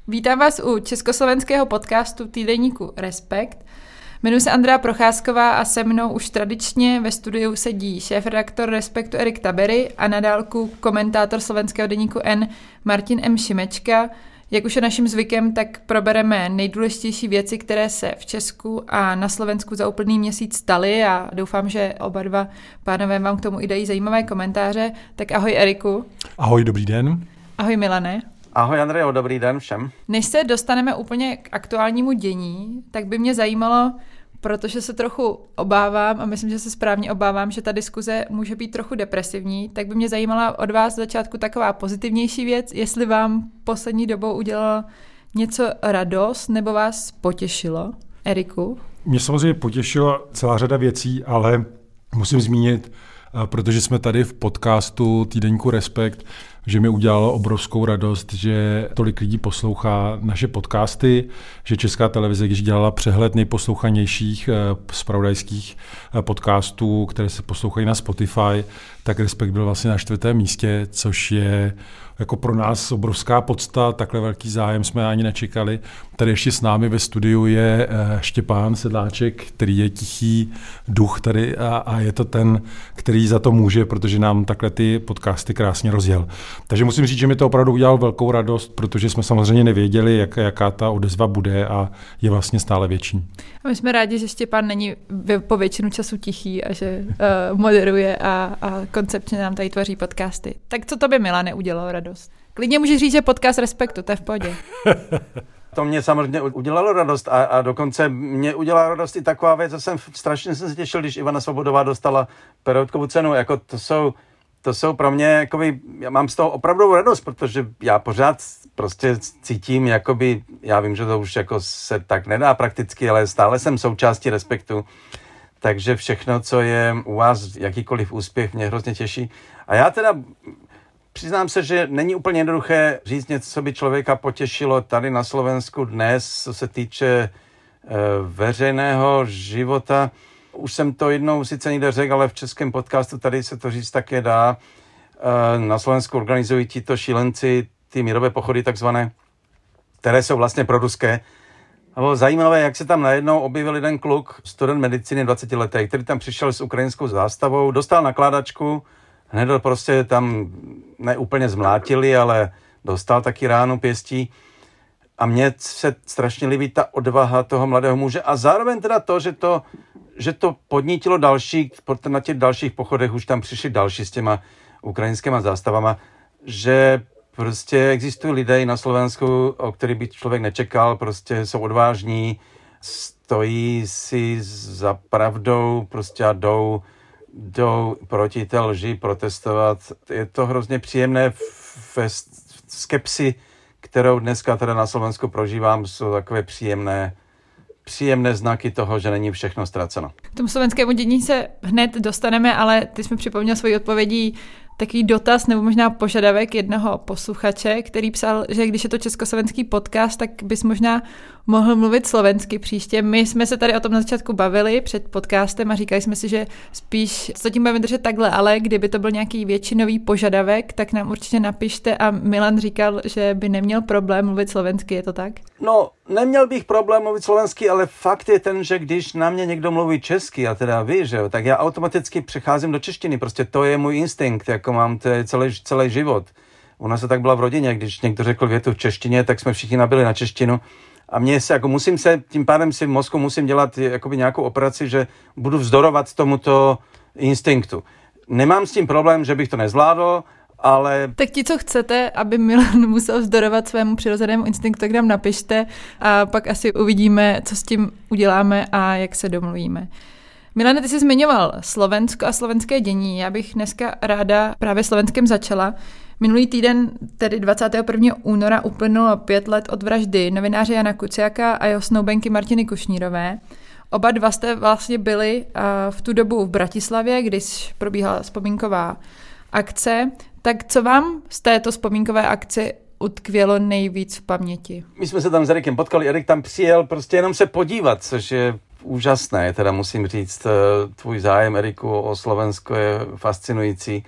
Vítám vás u československého podcastu týdeníku Respekt. Jmenuji se Andrea Procházková a se mnou už tradičně ve studiu sedí šéfredaktor Respektu Erik Tabery a na dálku komentátor slovenského deníku N Martin M. Šimečka. Jak už je naším zvykem, tak probereme nejdůležitější věci, které se v Česku a na Slovensku za úplný měsíc staly a doufám, že oba dva pánové vám k tomu i dají zajímavé komentáře. Tak ahoj Eriku. Ahoj, dobrý den. Ahoj Milane. Ahoj Andrejo, dobrý den všem. Než se dostaneme úplně k aktuálnímu dění, tak by mě zajímalo, protože se trochu obávám a myslím, že se správně obávám, že ta diskuze může být trochu depresivní, tak by mě zajímala od vás z začátku taková pozitivnější věc, jestli vám poslední dobou udělalo něco radost nebo vás potěšilo. Eriku? Mě samozřejmě potěšila celá řada věcí, ale musím zmínit, protože jsme tady v podcastu týdeníku Respekt, že mi udělalo obrovskou radost, že tolik lidí poslouchá naše podcasty, že Česká televize, když dělala přehled nejposlouchanějších zpravodajských podcastů, které se poslouchají na Spotify, tak Respekt byl vlastně na 4. místě, což je jako pro nás obrovská podsta, takhle velký zájem jsme ani nečekali. Tady ještě s námi ve studiu je Štěpán Sedláček, který je tichý duch tady a je to ten, který za to může, protože nám takhle ty podcasty krásně rozjel. Takže musím říct, že mi to opravdu udělalo velkou radost, protože jsme samozřejmě nevěděli, jaká ta odezva bude a je vlastně stále větší. A my jsme rádi, že Štěpán není po většinu času tichý a že moderuje a koncepčně nám tady tvoří podcasty. Tak co tobě, Milane, udělalo radost? Klidně můžeš říct, že podcast Respektu, to je v pohodě. To mě samozřejmě udělalo radost a dokonce mě udělala radost i taková věc, že strašně jsem se těšil, když Ivana Svobodová dostala Perioutkovu cenu. Jako to jsou pro mě, jakoby, já mám z toho opravdu radost, protože já pořád prostě cítím, jakoby, já vím, že to už jako se tak nedá prakticky, ale stále jsem součástí Respektu. Takže všechno, co je u vás, jakýkoliv úspěch, mě hrozně těší. A já teda přiznám se, že není úplně jednoduché říct něco, co by člověka potěšilo tady na Slovensku dnes, co se týče veřejného života. Už jsem to jednou sice někde řekl, ale v českém podcastu tady se to říct také dá. Na Slovensku organizují tito šílenci ty mírové pochody takzvané, které jsou vlastně proruské. A bylo zajímavé, jak se tam najednou objevil jeden kluk, student medicíny 20 letý, který tam přišel s ukrajinskou zástavou, dostal nakládačku, hned prostě tam neúplně zmlátili, ale dostal taky ránu pěstí. A mně se strašně líbí ta odvaha toho mladého muže a zároveň teda to, že to podnítilo další, na těch dalších pochodech už tam přišli další s těma ukrajinskýma zástavama, že prostě existují lidé na Slovensku, o kterých by člověk nečekal, prostě jsou odvážní, stojí si za pravdou prostě a jdou proti té lži protestovat. Je to hrozně příjemné ve skepsi, kterou dneska teda na Slovensku prožívám, jsou takové příjemné znaky toho, že není všechno ztraceno. K tomu slovenskému dění se hned dostaneme, ale ty jsi mi připomněl svojí odpovědí takový dotaz nebo možná požadavek jednoho posluchače, který psal, že když je to československý podcast, tak bys možná mohl mluvit slovensky příště. My jsme se tady o tom na začátku bavili před podcastem a říkali jsme si, že spíš se tím budeme držet takhle, ale kdyby to byl nějaký většinový požadavek, tak nám určitě napište a Milan říkal, že by neměl problém mluvit slovensky, je to tak? No, neměl bych problém mluvit slovensky, ale fakt je ten, že když na mě někdo mluví česky a teda ví, že jo, tak já automaticky přecházím do češtiny, prostě to je můj instinkt, jako mám to celý život. U nás to tak byla v rodině, když někdo řekl větu v češtině, tak jsme všichni nabili na češtinu. A mě se, jako tím pádem si v mozku musím dělat jakoby nějakou operaci, že budu vzdorovat tomuto instinktu. Nemám s tím problém, že bych to nezvládl, ale... Tak ti, co chcete, aby Milan musel vzdorovat svému přirozenému instinktu, tak nám napište a pak asi uvidíme, co s tím uděláme a jak se domluvíme. Milane, ty jsi zmiňoval Slovensko a slovenské dění. Já bych dneska ráda právě Slovenskem začala. Minulý týden, tedy 21. února, uplynulo 5 let od vraždy novináře Jana Kuciaka a jeho snoubenky Martiny Kušnírové. Oba dva jste vlastně byli v tu dobu v Bratislavě, když probíhala vzpomínková akce. Tak co vám z této vzpomínkové akce utkvělo nejvíc v paměti? My jsme se tam s Erikem potkali, Erik tam přijel prostě jenom se podívat, což je úžasné, teda musím říct, tvůj zájem, Eriku, o Slovensko je fascinující.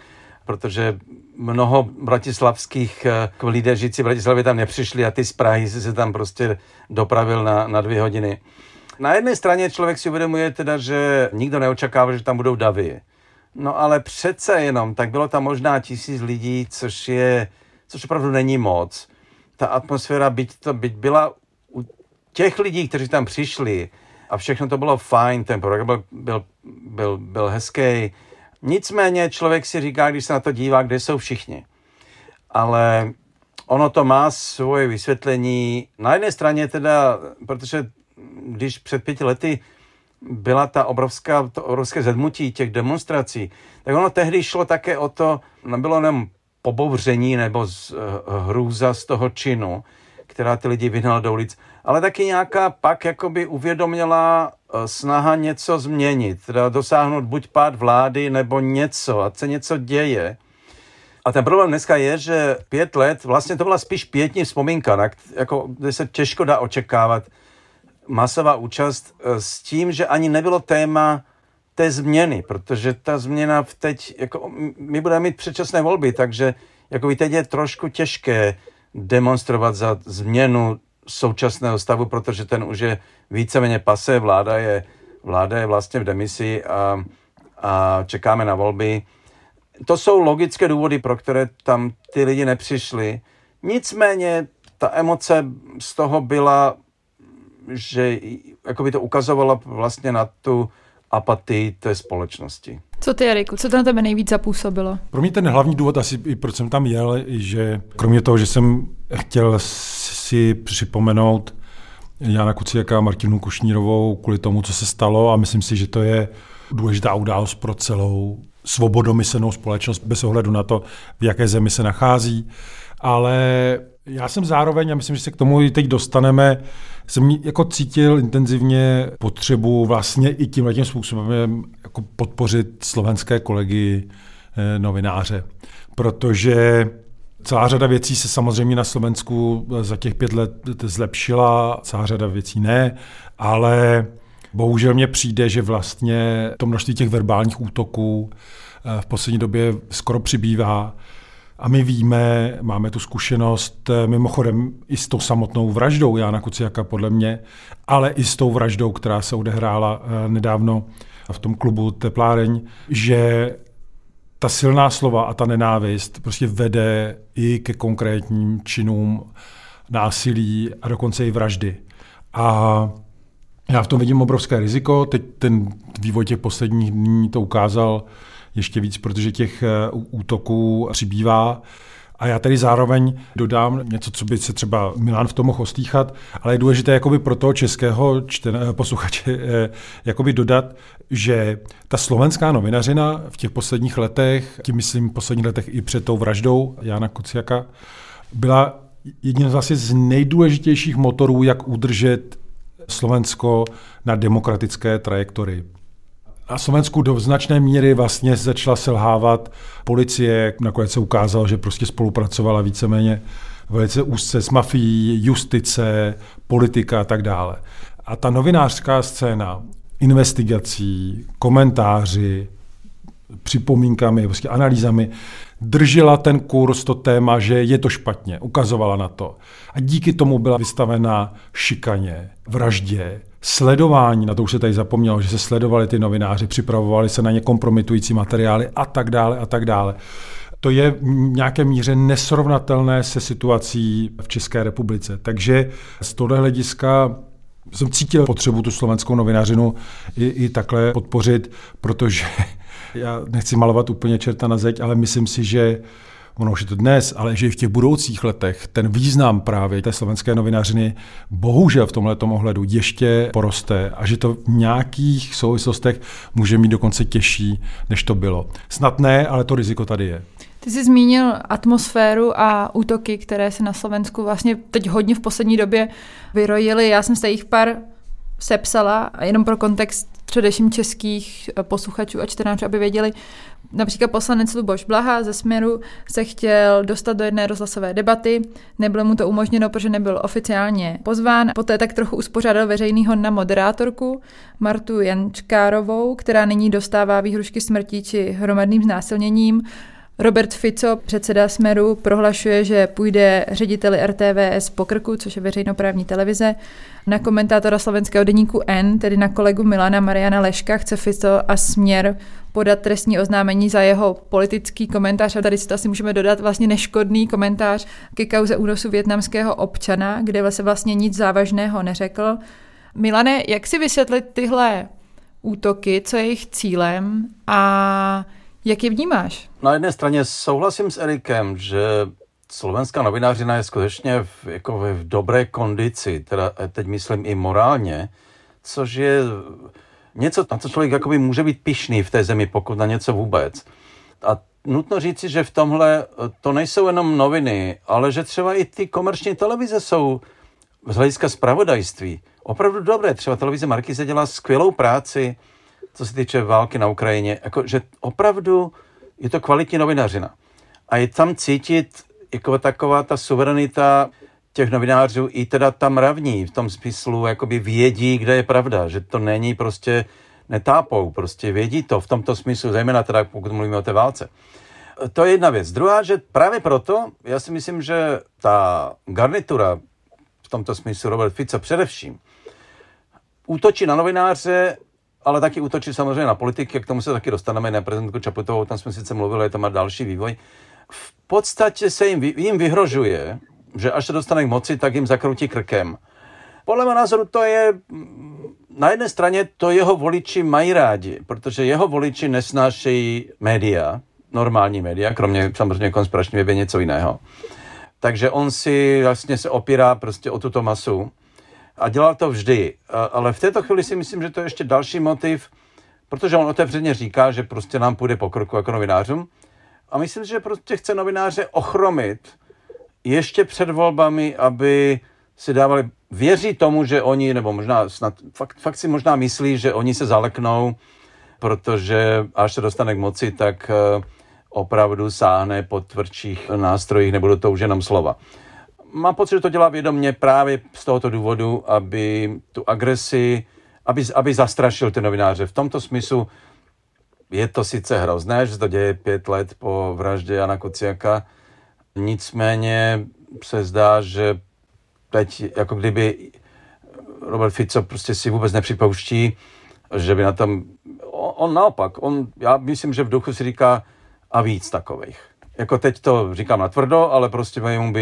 protože mnoho bratislavských lidé žijící v Bratislavě tam nepřišli a ty z Prahy se tam prostě dopravil na 2 hodiny. Na jedné straně člověk si uvědomuje teda, že nikdo neočekával, že tam budou davy. No ale přece jenom, tak bylo tam možná 1000 lidí, což opravdu není moc. Ta atmosféra, byť byla u těch lidí, kteří tam přišli a všechno to bylo fajn, ten program byl hezký. Nicméně člověk si říká, když se na to dívá, kde jsou všichni. Ale ono to má svoje vysvětlení. Na jedné straně teda, protože když před 5 lety byla to obrovské zedmutí těch demonstrací, tak ono tehdy šlo také o to, nebylo jenom pobouření nebo hrůza z toho činu, která ty lidi vyhnala do ulic, ale taky nějaká pak jakoby uvědomila snaha něco změnit, teda dosáhnout buď pád vlády nebo něco, ať se něco děje. A ten problém dneska je, že 5 let, vlastně to byla spíš pietní vzpomínka, kde se těžko dá očekávat masová účast s tím, že ani nebylo téma té změny, protože ta změna teď, my budeme mít předčasné volby, takže teď je trošku těžké demonstrovat za změnu současného stavu, protože ten už je víceméně pasé, vláda je vlastně v demisi a čekáme na volby. To jsou logické důvody, pro které tam ty lidi nepřišli. Nicméně ta emoce z toho byla, že to ukazovalo vlastně na tu apatii té společnosti. Co ty, Jariku, co to na tebe nejvíc zapůsobilo? Pro mě ten hlavní důvod asi, proč jsem tam jel, že kromě toho, že jsem chtěl si připomenout Jana Kuciaka a Martinu Kušnírovou kvůli tomu, co se stalo, a myslím si, že to je důležitá událost pro celou svobodomyslnou společnost bez ohledu na to, v jaké zemi se nachází. Ale já jsem zároveň, a myslím, že se k tomu i teď dostaneme, jsem cítil intenzivně potřebu vlastně i tímhletím způsobem podpořit slovenské kolegy novináře. Protože celá řada věcí se samozřejmě na Slovensku za těch 5 let zlepšila, celá řada věcí ne, ale bohužel mně přijde, že vlastně to množství těch verbálních útoků v poslední době skoro přibývá. A my víme, máme tu zkušenost mimochodem i s tou samotnou vraždou Jana Kuciaka podle mě, ale i s tou vraždou, která se odehrála nedávno v tom klubu Tepláreň, že ta silná slova a ta nenávist prostě vede i ke konkrétním činům násilí a dokonce i vraždy. A já v tom vidím obrovské riziko. Teď ten vývoj těch posledních dní to ukázal ještě víc, protože těch útoků přibývá. A já tady zároveň dodám něco, co by se třeba Milan v tom mohl ostýchat, ale je důležité pro toho českého posluchače dodat, že ta slovenská novinařina v těch posledních letech, tím myslím posledních letech i před tou vraždou Jana Kuciaka, byla jedním z nejdůležitějších motorů, jak udržet Slovensko na demokratické trajektorii. Na Slovensku do značné míry vlastně začala selhávat policie, nakonec se ukázalo, že prostě spolupracovala víceméně velice úzce s mafií, justice, politika a tak dále. A ta novinářská scéna, investigací, komentáři, připomínkami, prostě analýzami, držela ten kurz, to téma, že je to špatně, ukazovala na to. A díky tomu byla vystavena šikaně, vraždě, sledování, na to už se tady zapomnělo, že se sledovali ty novináři, připravovali se na ně kompromitující materiály a tak dále a tak dále. To je v nějaké míře nesrovnatelné se situací v České republice. Takže z tohle hlediska jsem cítil potřebu tu slovenskou novinařinu i takhle podpořit, protože já nechci malovat úplně čerta na zeď, ale myslím si, že ono už je to dnes, ale že i v těch budoucích letech ten význam právě té slovenské novinařiny bohužel v tomhletom ohledu ještě poroste a že to v nějakých souvislostech může mít dokonce těžší, než to bylo. Snad ne, ale to riziko tady je. Ty jsi zmínil atmosféru a útoky, které se na Slovensku vlastně teď hodně v poslední době vyrojily. Já jsem se jich pár sepsala a jenom pro kontext především českých posluchačů a čtenářů, aby věděli. Například poslanec Luboš Blaha ze Směru se chtěl dostat do jedné rozhlasové debaty, nebylo mu to umožněno, protože nebyl oficiálně pozván. Poté tak trochu uspořádal veřejný hon na moderátorku Martu Jančkárovou, která nyní dostává výhrušky smrti či hromadným znásilněním. Robert Fico, předseda Smeru, prohlašuje, že půjde řediteli RTVS po krku, což je veřejnoprávní televize. Na komentátora slovenského deníku N, tedy na kolegu Milana Mariana Leška, chce Fico a Směr podat trestní oznámení za jeho politický komentář. A tady si to asi můžeme dodat vlastně neškodný komentář ke kauze únosu vietnamského občana, kde se vlastně nic závažného neřekl. Milane, jak si vysvětlit tyhle útoky, co je jejich cílem a jak je vnímáš? Na jedné straně souhlasím s Erikem, že slovenská novinářina je skutečně v dobré kondici, teda teď myslím i morálně, což je něco, na co člověk jakoby může být pyšný v té zemi, pokud na něco vůbec. A nutno říci, že v tomhle to nejsou jenom noviny, ale že třeba i ty komerční televize jsou z hlediska zpravodajství opravdu dobré. Třeba televize Markíza dělá skvělou práci, co se týče války na Ukrajině. Že opravdu je to kvalitní novinařina. A je tam cítit jako taková ta suverenita těch novinářů i teda ta mravní, v tom smyslu jakoby vědí, kde je pravda, že to není prostě netápou, prostě vědí to v tomto smyslu, zejména teda pokud mluvíme o té válce. To je jedna věc. Druhá, že právě proto, já si myslím, že ta garnitura v tomto smyslu Robert Fico především útočí na novináře, ale taky útočí samozřejmě na politiky, k tomu se taky dostaneme, na prezidentku Čaputovou, tam jsme sice mluvili, to má další vývoj. V podstatě se jim vyhrožuje, že až se dostane k moci, tak jim zakroutí krkem. Podle mého názoru to je, na jedné straně to jeho voliči mají rádi, protože jeho voliči nesnášejí média, normální média, kromě samozřejmě konspirační weby něco jiného. Takže on si vlastně se opírá prostě o tuto masu a dělal to vždy. Ale v této chvíli si myslím, že to je ještě další motiv, protože on otevřeně říká, že prostě nám půjde po krku jako novinářům. A myslím si, že prostě chce novináře ochromit ještě před volbami, aby si dávali, věří tomu, že oni, nebo možná snad, fakt si možná myslí, že oni se zaleknou, protože až se dostane k moci, tak opravdu sáhne po tvrdších nástrojích, nebudou to už jenom slova. Mám pocit, že to dělá vědomě právě z tohoto důvodu, aby tu agresi, aby zastrašil ty novináře. V tomto smyslu je to sice hrozné, že se to děje 5 let po vraždě Jana Kuciaka, nicméně se zdá, že teď jako kdyby Robert Fico prostě si vůbec nepřipouští, že by na tom, on naopak, já myslím, že v duchu si říká a víc takových. Jako teď to říkám natvrdo, ale prostě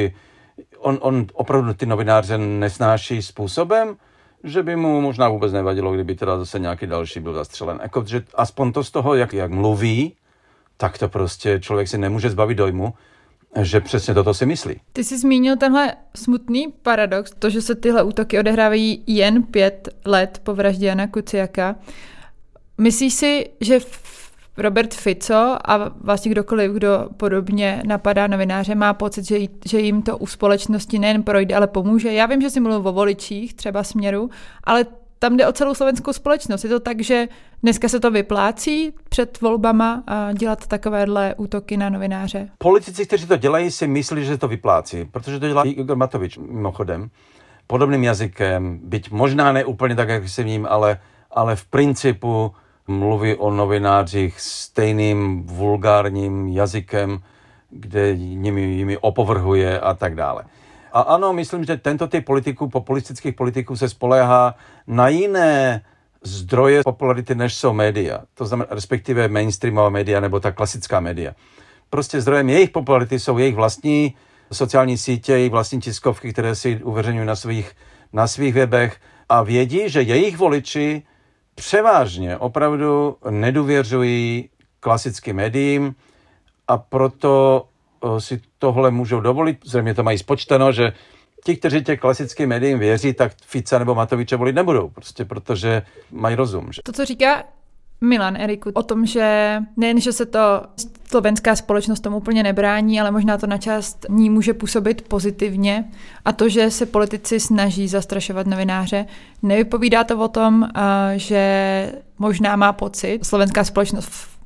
on opravdu ty novináře nesnáší způsobem, že by mu možná vůbec nevadilo, kdyby teda zase nějaký další byl zastřelen. Jako, že aspoň to z toho, jak mluví, tak to prostě člověk si nemůže zbavit dojmu, že přesně toto si myslí. Ty jsi zmínil tenhle smutný paradox, to, že se tyhle útoky odehrávají jen 5 let po vraždě Jana Kuciaka. Myslíš si, že Robert Fico a vlastně kdokoliv, kdo podobně napadá novináře, má pocit, že jim to u společnosti nejen projde, ale pomůže? Já vím, že jsi mluvil o voličích, třeba Směru, ale tam jde o celou slovenskou společnost. Je to tak, že dneska se to vyplácí před volbama a dělat takovéhle útoky na novináře? Politici, kteří to dělají, si myslí, že to vyplácí, protože to dělá Igor Matovič mimochodem. Podobným jazykem, byť možná ne úplně tak, jak si vím, ale v principu mluví o novinářích stejným vulgárním jazykem, kde jimi opovrhuje a tak dále. A ano, myslím, že tento typ populistických politiků se spoléhá na jiné zdroje popularity, než jsou média. To znamená respektive mainstreamová média nebo ta klasická média. Prostě zdrojem jejich popularity jsou jejich vlastní sociální sítě, jejich vlastní tiskovky, které si uveřejňují na svých webech a vědí, že jejich voliči převážně opravdu nedůvěřují klasickým médiím a proto si tohle můžou dovolit. Zřejmě to mají spočteno, že ti, kteří těch klasickým médiím věří, tak Fica nebo Matoviče volit nebudou, prostě protože mají rozum. Že? To, co říká Milan, Eriku, o tom, že nejen, že se to slovenská společnost tomu úplně nebrání, ale možná to na část ní může působit pozitivně a to, že se politici snaží zastrašovat novináře, nevypovídá to o tom, že možná má pocit slovenská společnost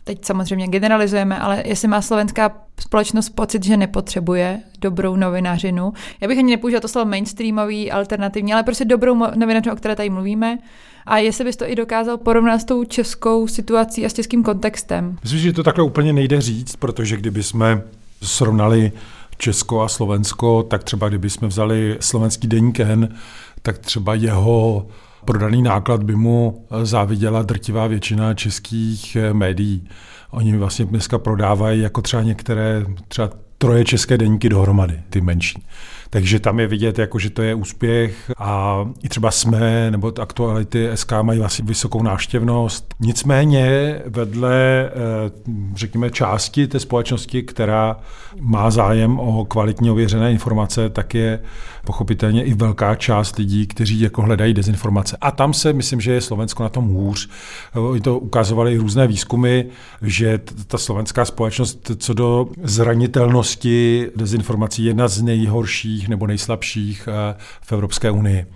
teď samozřejmě generalizujeme, ale jestli má slovenská společnost pocit, že nepotřebuje dobrou novinařinu. Já bych ani nepoužila to slovo mainstreamový, alternativní, ale prostě dobrou novinařinu, o které tady mluvíme. A jestli bys to i dokázal porovnat s tou českou situací a s českým kontextem. Myslím, že to takhle úplně nejde říct, protože kdyby jsme srovnali Česko a Slovensko, tak třeba kdyby jsme vzali slovenský deník N, tak třeba jeho prodaný náklad by mu záviděla drtivá většina českých médií. Oni vlastně dneska prodávají jako třeba některé, třeba 3 české deníky dohromady, ty menší. Takže tam je vidět, jako, že to je úspěch a i třeba SME nebo Aktuality SK mají vlastně vysokou návštěvnost. Nicméně vedle, řekněme, části té společnosti, která má zájem o kvalitně ověřené informace, tak je pochopitelně i velká část lidí, kteří jako hledají dezinformace. A tam se myslím, že je Slovensko na tom hůř. Oni to ukazovali různé výzkumy, že ta slovenská společnost co do zranitelnosti dezinformací je jedna z nejhorších nebo nejslabších v Evropské unii.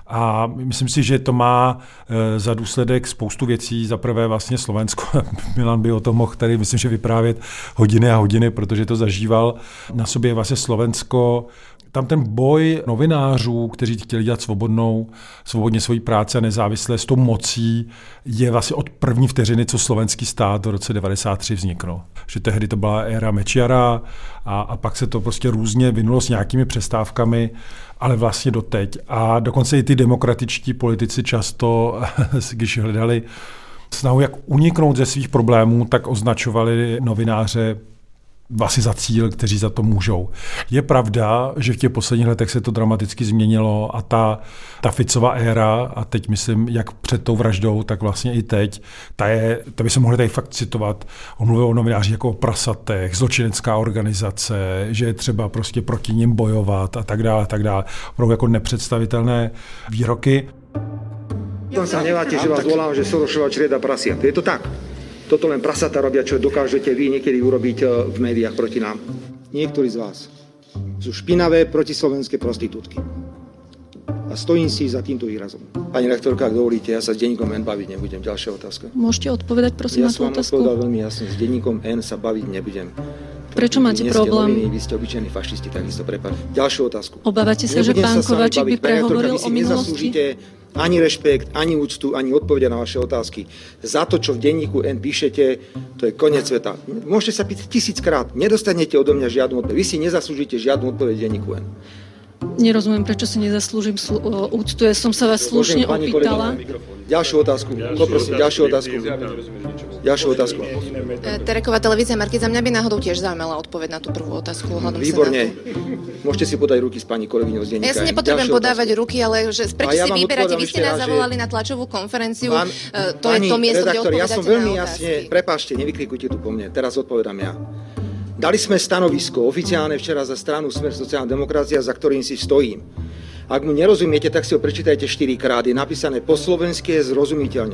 A myslím si, že to má za důsledek spoustu věcí. Za prvé vlastně Slovensko, Milan by o tom mohl tady, myslím, že vyprávět hodiny a hodiny, protože to zažíval na sobě vlastně Slovensko. Tam ten boj novinářů, kteří chtěli dělat svobodně svoji práci a nezávisle s tou mocí, je vlastně od první vteřiny, co slovenský stát v roce 1993 vzniknul. Že tehdy to byla éra Mečiara a pak se to prostě různě vynulo s nějakými přestávkami, ale vlastně doteď. A dokonce i ty demokratičtí politici často, když hledali snahu, jak uniknout ze svých problémů, tak označovali novináře vlastně za cíl, kteří za to můžou. Je pravda, že v těch posledních letech se to dramaticky změnilo a ta Ficova éra, a teď myslím, jak před tou vraždou, tak vlastně i teď, ta by se mohli tady fakt citovat. On mluvil o novinářích jako o prasatech, zločinecká organizace, že je třeba prostě proti nim bojovat a tak dále, Opravdu jako nepředstavitelné výroky. Potom sa hneváte, že vás volám, že Sorošova črieda prasiat. Je to tak? Toto len prasata robia, čo dokážete vy niekedy urobiť v médiách proti nám. Niektorí z vás sú špinavé protislovenské prostitútky. A stojím si za týmto výrazom. Pani rektorka, ak dovolíte, ja sa s denníkom N baviť nebudem. Ďalšia otázka. Môžete odpovedať, prosím, na tú otázku? Ja som vám odpovedal veľmi jasne. S denníkom N sa baviť nebudem. Prečo máte problém? Vy ste obyčajní fašisti, takisto prepáč. Ďalšiu otázku. Obávate sa, že pán Kováčik by prehovoril o minulosti? Ani rešpekt, ani úctu, ani odpovedia na vaše otázky. Za to, čo v denníku N píšete, to je koniec sveta. Môžete sa pýtať 1000-krát, nedostanete odo mňa žiadnu odpoveď. Vy si nezaslúžite žiadnu odpoveď v denníku N. Nerozumiem, prečo si nezaslúžim úctu. Ja som sa vás slušne opýtala. Ďalšiu otázku. Poprosím, ďalšiu otázku. Tereková televízia Markiza, mňa by náhodou tiež zaujímala odpoveď na tú prvú otázku. Výborne. Môžete si podať ruky s pani kolegyňou z denníka. Ja si nepotrebujem podávať ruky, ale že prečo si vyberáte? Vy ste nás zavolali na tlačovú konferenciu. To je to miesto, kde odpovedáte na otázky. Ja som veľmi jasne, prepáčte, nevykrikujte tu po mne. Teraz odpovedám ja. Dali sme stanovisko oficiálne včera za stranu Smer sociálna demokracia, za ktorým si stojím. Ak mu nerozumiete, tak si ho prečítajte 4-krát. Je napísané po slovensky, zrozumiteľne.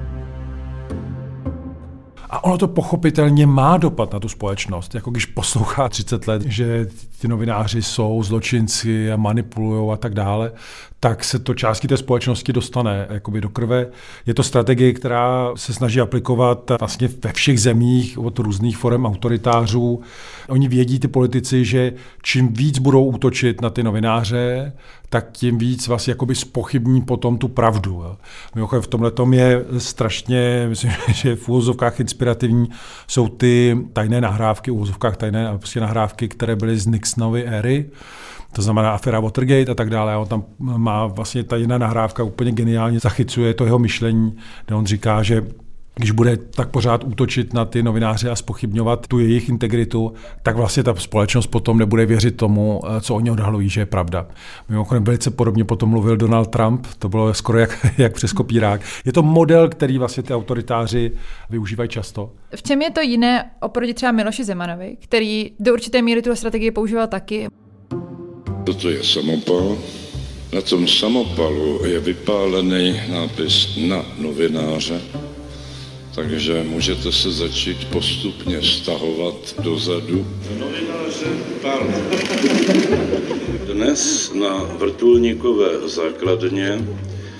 A ono to pochopitelně má dopad na tu společnost. Jako když poslouchá 30 let, že ty novináři jsou zločinci a manipulují a tak dále, tak se to části té společnosti dostane jakoby do krve. Je to strategie, která se snaží aplikovat vlastně ve všech zemích od různých forem autoritářů. Oni vědí, ty politici, že čím víc budou útočit na ty novináře, tak tím víc vlastně jakoby zpochybní potom tu pravdu. Mimochodem v tomhletom je strašně, myslím, že v úvozovkách inspirativní jsou ty tajné nahrávky, v úvozovkách tajné prostě nahrávky, které byly z Nixonovy éry, to znamená aféra Watergate a tak dále. A on tam má vlastně ta jiná nahrávka úplně geniálně zachycuje to jeho myšlení, kde on říká, že když bude tak pořád útočit na ty novináře a zpochybňovat tu jejich integritu, tak vlastně ta společnost potom nebude věřit tomu, co oni odhalují, že je pravda. Mimochodem velice podobně potom mluvil Donald Trump, to bylo skoro jak přes kopírák. Je to model, který vlastně ty autoritáři využívají často. V čem je to jiné oproti třeba Miloši Zemanovi, který do určité míry tu strategii používal taky? Toto je samopal. Na tom samopalu je vypálený nápis na novináře. Takže můžete se začít postupně stahovat dozadu. Novináře pár. Dnes na vrtulníkové základně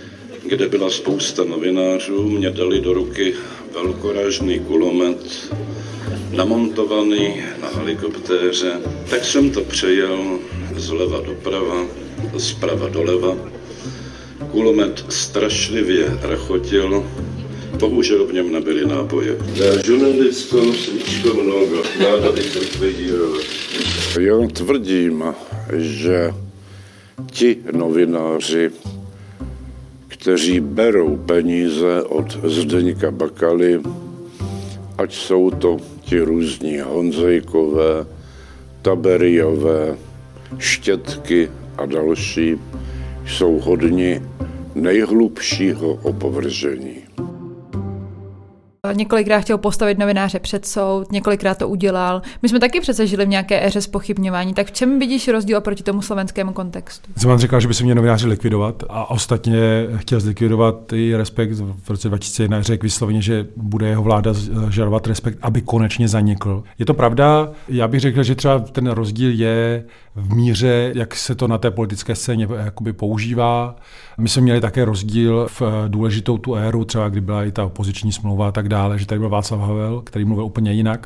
kde byla spousta novinářů, mě dali do ruky velkorážný kulomet, namontovaný na helikoptéře. Tak jsem to přejel zleva doprava, zprava doleva. Kulomet strašlivě rachotil, bohužel v něm nebyly náboje. Na žurnalistickou svíčku mnogo, náda bych likvidírovat. Já tvrdím, že ti novináři, kteří berou peníze od Zdeňka Bakaly, ať jsou to ti různí Honzejkové, Taberijové, Štětky a další, jsou hodni nejhlubšího opovržení. Několikrát chtěl postavit novináře před soud, několikrát to udělal. My jsme taky přece žili v nějaké éře zpochybňování, tak v čem vidíš rozdíl proti tomu slovenskému kontextu? Zeman říkal, že by se měli novináři likvidovat a ostatně chtěl zlikvidovat i Respekt v roce 2001. Řekl vysloveně, že bude jeho vláda žalovat Respekt, aby konečně zanikl. Je to pravda? Já bych řekl, že třeba ten rozdíl je v míře, jak se to na té politické scéně jakoby používá. My jsme měli také rozdíl v důležitou tu éru, třeba kdy byla i ta opoziční smlouva a tak dále, že tady byl Václav Havel, který mluvil úplně jinak.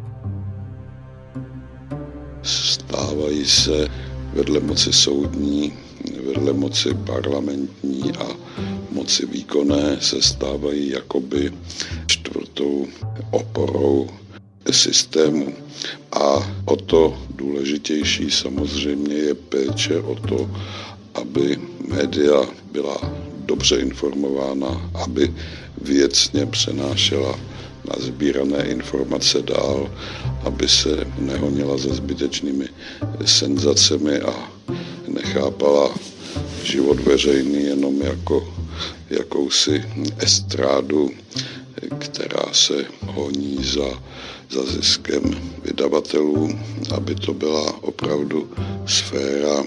Stávají se vedle moci soudní, vedle moci parlamentní a moci výkonné se stávají jakoby čtvrtou oporou systému. A o to důležitější samozřejmě je péče o to, aby média byla dobře informována, aby věcně přenášela nasbírané informace dál, aby se nehonila se zbytečnými senzacemi a nechápala život veřejný jenom jako jakousi estrádu, která se honí za ziskem vydavatelů, aby to byla opravdu sféra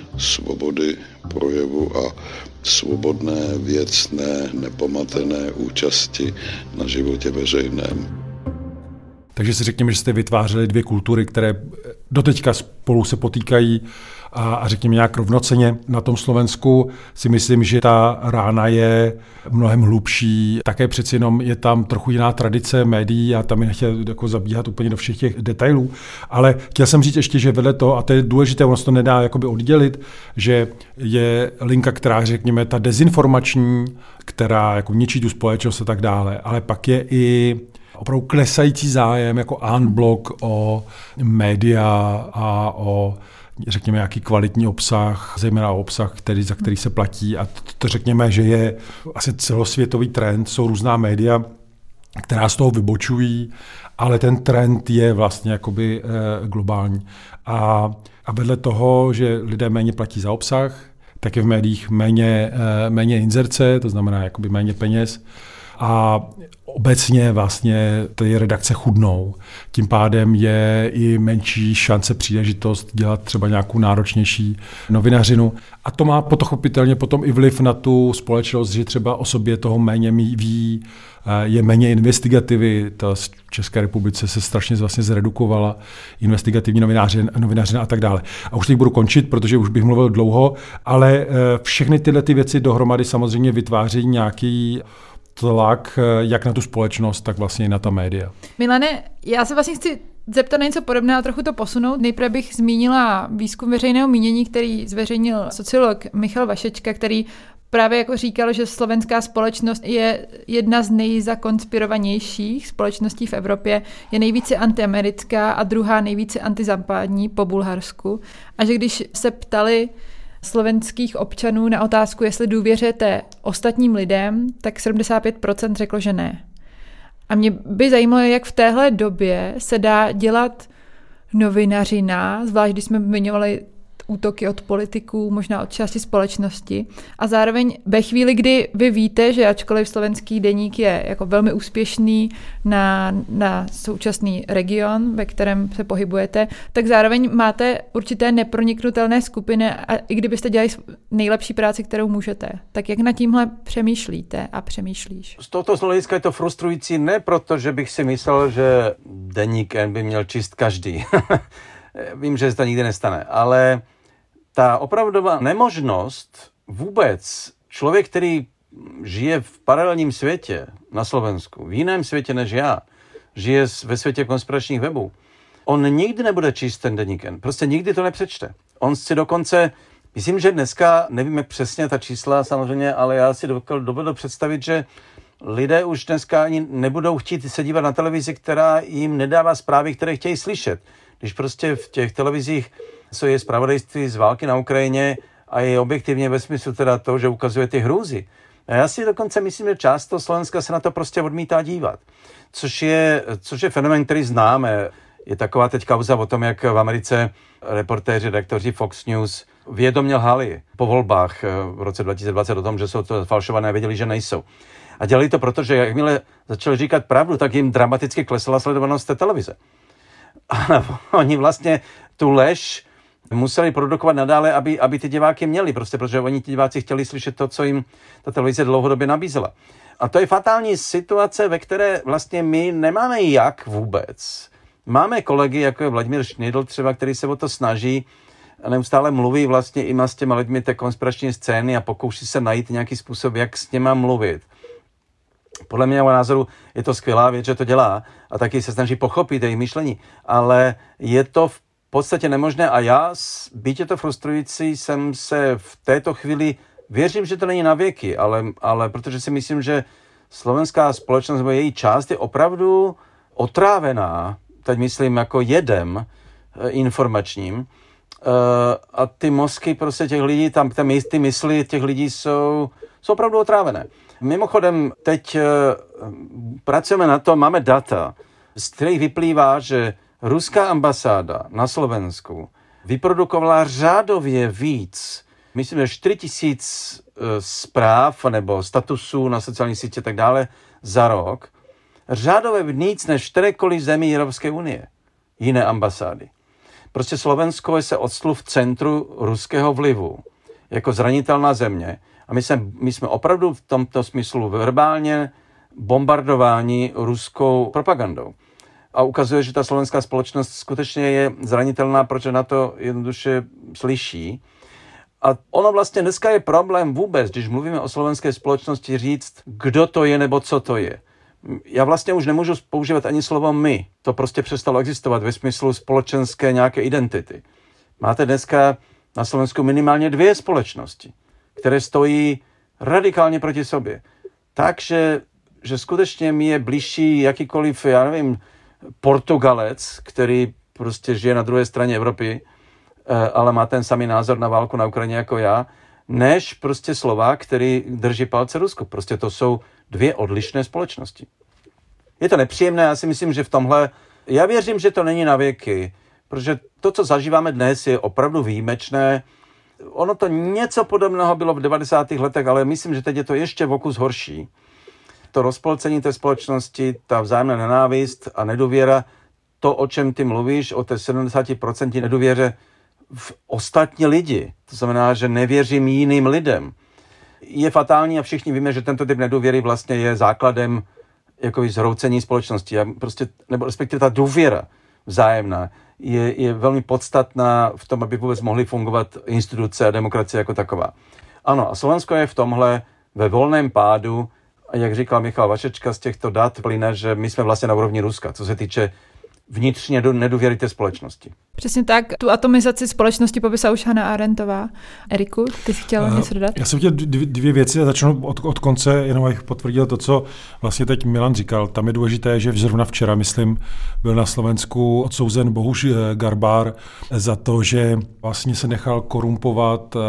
svobody projevu a svobodné, věcné, nepomatené účasti na životě veřejném. Takže si řekněme, že jste vytvářeli dvě kultury, které doteďka spolu se potýkají a řekněme nějak rovnocenně. Na tom Slovensku si myslím, že ta rána je mnohem hlubší. Také přeci jenom je tam trochu jiná tradice médií a tam je nechtěl jako zabíhat úplně do všech těch detailů. Ale chtěl jsem říct ještě, že vedle toho, a to je důležité, ono se to nedá jakoby oddělit, že je linka, která řekněme ta dezinformační, která jako ničí tu společnost a tak dále, ale pak je i opravdu klesající zájem jako en bloc o média a o řekněme nějaký kvalitní obsah, zejména obsah, za který se platí. A to řekněme, že je asi celosvětový trend, jsou různá média, která z toho vybočují, ale ten trend je vlastně jakoby globální. A vedle toho, že lidé méně platí za obsah, tak je v médiích méně inzerce, to znamená jakoby méně peněz. A obecně vlastně ty redakce chudnou. Tím pádem je i menší šance, příležitost dělat třeba nějakou náročnější novinařinu. A to má pochopitelně potom i vliv na tu společnost, že třeba o sobě toho méně ví, je méně investigativy. Ta v České republice se strašně vlastně zredukovala investigativní novinářina a tak dále. A už teď budu končit, protože už bych mluvil dlouho, ale všechny tyhle ty věci dohromady samozřejmě vytváří nějaký tlak jak na tu společnost, tak vlastně i na ta média. Milane, já se vlastně chci zeptat na něco podobného a trochu to posunout. Nejprve bych zmínila výzkum veřejného mínění, který zveřejnil sociolog Michal Vašečka, který právě jako říkal, že slovenská společnost je jedna z nejzakonspirovanějších společností v Evropě, je nejvíce antiamerická a druhá nejvíce antizápadní po Bulharsku. A že když se ptali slovenských občanů na otázku, jestli důvěřujete ostatním lidem, tak 75% řeklo, že ne. A mě by zajímalo, jak v téhle době se dá dělat novinařina, zvlášť když jsme zmiňovali útoky od politiků, možná od části společnosti. A zároveň ve chvíli, kdy vy víte, že ačkoliv slovenský deník je jako velmi úspěšný na současný region, ve kterém se pohybujete, tak zároveň máte určité neproniknutelné skupiny a i kdybyste dělali nejlepší práci, kterou můžete. Tak jak nad tímhle přemýšlíte a přemýšlíš? Z tohoto hlediska je to frustrující ne proto, že bych si myslel, že deník N by měl číst každý. Vím, že se to nikdy nestane, ale ta opravdová nemožnost vůbec člověk, který žije v paralelním světě na Slovensku, v jiném světě než já, žije ve světě konspiračních webů, on nikdy nebude číst ten Deník N. Prostě nikdy to nepřečte. On si dokonce, myslím, že dneska, nevím jak přesně ta čísla samozřejmě, ale já si dovedu představit, že lidé už dneska ani nebudou chtít se dívat na televizi, která jim nedává zprávy, které chtějí slyšet. Když prostě v těch televizích je zpravodajství z války na Ukrajině a je objektivně ve smyslu teda to, že ukazuje ty hrůzy. A já si dokonce myslím, že část toho Slovenska se na to prostě odmítá dívat. Což je fenomén, který známe. Je taková teď kauza o tom, jak v Americe reportéři, redaktoři Fox News vědomě lhali po volbách v roce 2020 o tom, že jsou to falšované a věděli, že nejsou. A dělali to proto, že jakmile začali říkat pravdu, tak jim dramaticky klesala sledovanost té televize. A oni vlastně tu lež museli produkovat nadále, aby ty diváky měli, prostě protože oni ti diváci chtěli slyšet to, co jim ta televize dlouhodobě nabízela. A to je fatální situace, ve které vlastně my nemáme jak vůbec. Máme kolegy, jako je Vladimír Šnejdl třeba, který se o to snaží a neustále mluví vlastně i s těma lidmi té konspirační scény a pokouší se najít nějaký způsob, jak s těma mluvit. Podle mého názoru je to skvělá věc, že to dělá a taky se snaží pochopit jejich myšlení, ale je to v podstatě nemožné a já, byť je to frustrující, jsem se v této chvíli, věřím, že to není na věky, ale protože si myslím, že slovenská společnost nebo její část je opravdu otrávená, teď myslím jako jedem informačním, a ty mozky prostě těch lidí, ty mysli těch lidí jsou opravdu otrávené. Mimochodem, teď pracujeme na tom, máme data, z kterých vyplývá, že ruská ambasáda na Slovensku vyprodukovala řádově víc, myslím, že 4 000 zpráv nebo statusů na sociální sítě a tak dále za rok, řádově víc než kterékoliv zemí Evropské unie, jiné ambasády. Prostě Slovensko se odstlo v centru ruského vlivu, jako zranitelná země. A my jsme opravdu v tomto smyslu verbálně bombardováni ruskou propagandou. A ukazuje, že ta slovenská společnost skutečně je zranitelná, protože na to jednoduše slyší. A ono vlastně dneska je problém vůbec, když mluvíme o slovenské společnosti, říct, kdo to je nebo co to je. Já vlastně už nemůžu používat ani slovo my. To prostě přestalo existovat ve smyslu společenské nějaké identity. Máte dneska na Slovensku minimálně 2 společnosti, které stojí radikálně proti sobě. Takže že skutečně mi je blížší jakýkoliv, já nevím, Portugalec, který prostě žije na druhé straně Evropy, ale má ten samý názor na válku na Ukrajině jako já, než prostě Slovák, který drží palce Rusku. Prostě to jsou 2 odlišné společnosti. Je to nepříjemné, já si myslím, že v tomhle, já věřím, že to není na věky, protože to, co zažíváme dnes, je opravdu výjimečné. Ono to něco podobného bylo v 90. letech, ale myslím, že teď je to ještě o kus horší. To rozpolcení té společnosti, ta vzájemná nenávist a nedůvěra, to, o čem ty mluvíš, o té 70% nedůvěře v ostatní lidi. To znamená, že nevěřím jiným lidem. Je fatální a všichni víme, že tento typ nedůvěry vlastně je základem jakoby zhroucení společnosti. Nebo respektive ta důvěra vzájemná je velmi podstatná v tom, aby vůbec mohly fungovat instituce a demokracie jako taková. Ano, a Slovensko je v tomhle ve volném pádu, a jak říkal Michal Vašečka, z těchto dat plyne, že my jsme vlastně na úrovni Ruska, co se týče vnitřně nedůvěry té společnosti. Přesně tak. Tu atomizaci společnosti popisala už Hannah Arendtová. Eriku, ty jsi chtěl něco dodat? Já jsem chtěl 2 věci a začnu od konce, jenom abych potvrdil to, co vlastně teď Milan říkal. Tam je důležité, že zrovna včera, myslím, byl na Slovensku odsouzen Bohuš Garbár za to, že vlastně se nechal korumpovat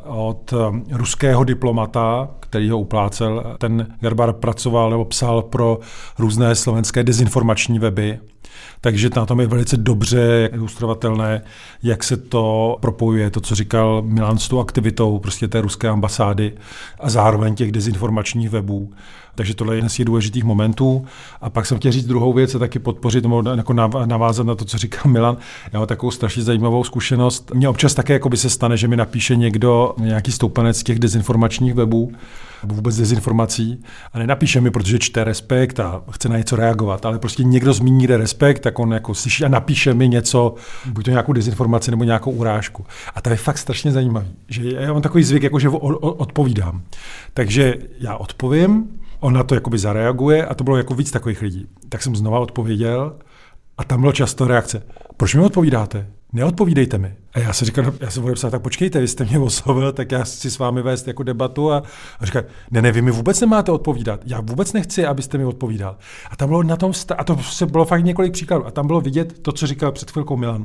od ruského diplomata, který ho uplácel. Ten Garbár pracoval nebo psal pro různé slovenské dezinformační weby. Takže na tom je velice dobře ilustrovatelné, jak se to propojuje, to, co říkal Milan s tou aktivitou prostě té ruské ambasády a zároveň těch dezinformačních webů. Takže tohle je jeden z těch důležitých momentů. A pak jsem chtěl říct druhou věc a taky podpořit, jako navázat na to, co říkal Milan. Já mám takovou strašně zajímavou zkušenost. Mně občas také jako by se stane, že mi napíše někdo, nějaký stoupenec těch dezinformačních webů vůbec dezinformací a nenapíše mi, protože čte Respekt a chce na něco reagovat, ale prostě někdo zmíní Respekt, tak on jako slyší a napíše mi něco, buď to nějakou dezinformaci nebo nějakou urážku. A to je fakt strašně zajímavý, že já mám takový zvyk, jako že odpovídám. Takže já odpovím, on na to jakoby zareaguje a to bylo jako víc takových lidí. Tak jsem znova odpověděl a tam bylo často reakce. Proč mi odpovídáte? Neodpovídejte mi. A já se říkal, já se budu psát, tak počkejte, vy jste mě oslovil, tak já chci s vámi vést jako debatu a říkal, ne, vy mi vůbec nemáte odpovídat. Já vůbec nechci, abyste mi odpovídal. A tam bylo na tom, a to se bylo fakt několik příkladů. A tam bylo vidět to, co říkal před chvilkou Milan.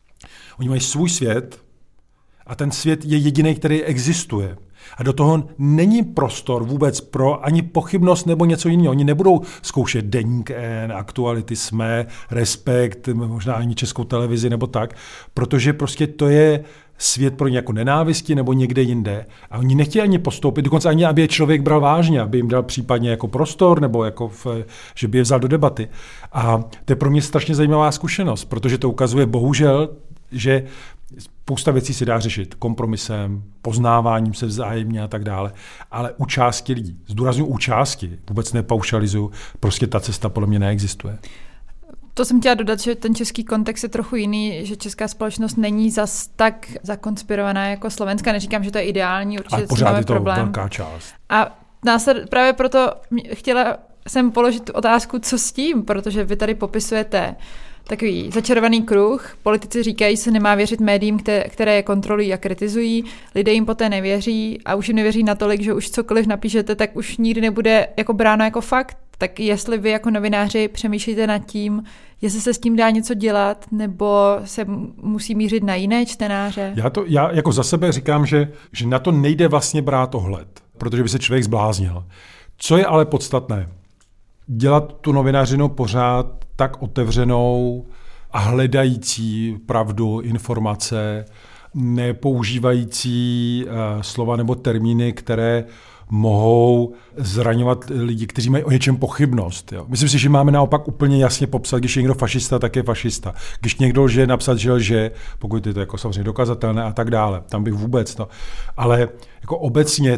Oni mají svůj svět a ten svět je jediný, který existuje. A do toho není prostor vůbec pro ani pochybnost nebo něco jiného. Oni nebudou zkoušet Deník N, Aktuality, SME, Respekt, možná ani Českou televizi nebo tak, protože prostě to je svět pro ně jako nenávisti nebo někde jinde. A oni nechtějí ani postoupit, dokonce ani, aby je člověk bral vážně, aby jim dal případně jako prostor nebo jako že by je vzal do debaty. A to je pro mě strašně zajímavá zkušenost, protože to ukazuje bohužel, že spousta věcí se dá řešit kompromisem, poznáváním se vzájemně a tak dále. Ale u části lidí, zdůrazňuji u části, vůbec nepaušalizuju, prostě ta cesta podle mě neexistuje. To jsem chtěla dodat, že ten český kontext je trochu jiný, že česká společnost není zas tak zakonspirovaná jako slovenská. Neříkám, že to je ideální, určitě pořád je to problém. Velká část. A právě proto chtěla jsem položit tu otázku, co s tím, protože vy tady popisujete takový začarovaný kruh. Politici říkají, že se nemá věřit médiím, které je kontrolují a kritizují. Lidé jim poté nevěří a už jim nevěří natolik, že už cokoliv napíšete, tak už nikdy nebude jako bráno jako fakt. Tak jestli vy jako novináři přemýšlíte nad tím, jestli se s tím dá něco dělat, nebo se musí mířit na jiné čtenáře? Já jako za sebe říkám, že na to nejde vlastně brát ohled, protože by se člověk zbláznil. Co je ale podstatné? Dělat tu novinařinu pořád tak otevřenou a hledající pravdu, informace, nepoužívající slova nebo termíny, které mohou zraňovat lidi, kteří mají o něčem pochybnost. Jo. Myslím si, že máme naopak úplně jasně popsat, když je někdo fašista, tak je fašista. Když někdo lže, napsat, že lže, pokud je to jako samozřejmě dokazatelné a tak dále. Tam bych vůbec. No. Ale jako obecně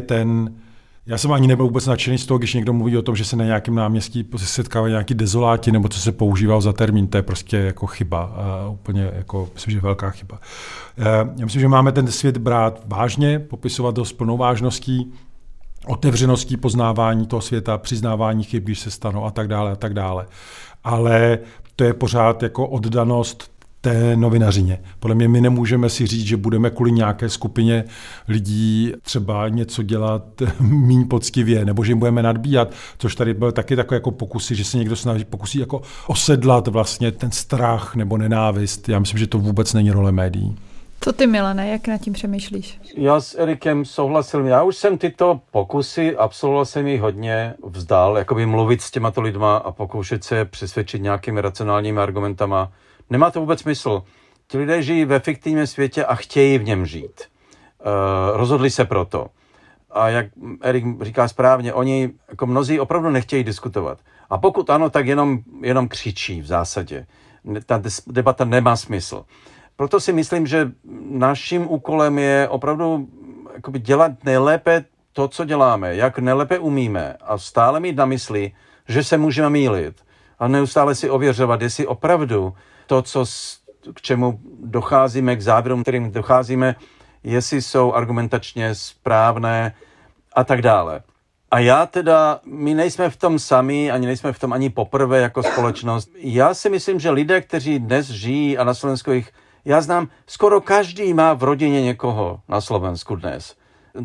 já jsem ani nebyl vůbec nadšený z toho, když někdo mluví o tom, že se na nějakém náměstí setkávají nějaký dezoláti, nebo co se používal za termín, to je prostě jako chyba. Úplně jako, myslím, že velká chyba. Já myslím, že máme ten svět brát vážně, popisovat ho s plnou vážností, otevřeností poznávání toho světa, přiznávání chyb, když se stanou a tak dále a tak dále. Ale to je pořád jako oddanost té novinařině. Podle mě my nemůžeme si říct, že budeme kvůli nějaké skupině lidí třeba něco dělat míň poctivě, nebo že jim budeme nadbíhat, což tady byl taky takové jako pokusy, že se někdo pokusí jako osedlat vlastně ten strach nebo nenávist. Já myslím, že to vůbec není role médií. Co ty, Milane, jak nad tím přemýšlíš? Já s Erikem souhlasil. Já už jsem tyto pokusy, absolvoval jsem jich hodně, vzdal, jakoby mluvit s těmato lidma a pokoušet se přesvědčit nějakými racionálními argumentama. Nemá to vůbec smysl. Ti lidé žijí ve fiktivním světě a chtějí v něm žít. Rozhodli se proto. A jak Erik říká správně, oni jako mnozí opravdu nechtějí diskutovat. A pokud ano, tak jenom křičí v zásadě. Ta debata nemá smysl. Proto si myslím, že naším úkolem je opravdu jakoby dělat nejlépe to, co děláme, jak nejlépe umíme a stále mít na mysli, že se můžeme mýlit a neustále si ověřovat, jestli opravdu to, k čemu docházíme, k závěrům, kterým docházíme, jestli jsou argumentačně správné a tak dále. A my nejsme v tom sami, ani nejsme v tom ani poprvé jako společnost. Já si myslím, že lidé, kteří dnes žijí a na Slovensku já znám, skoro každý má v rodině někoho na Slovensku dnes.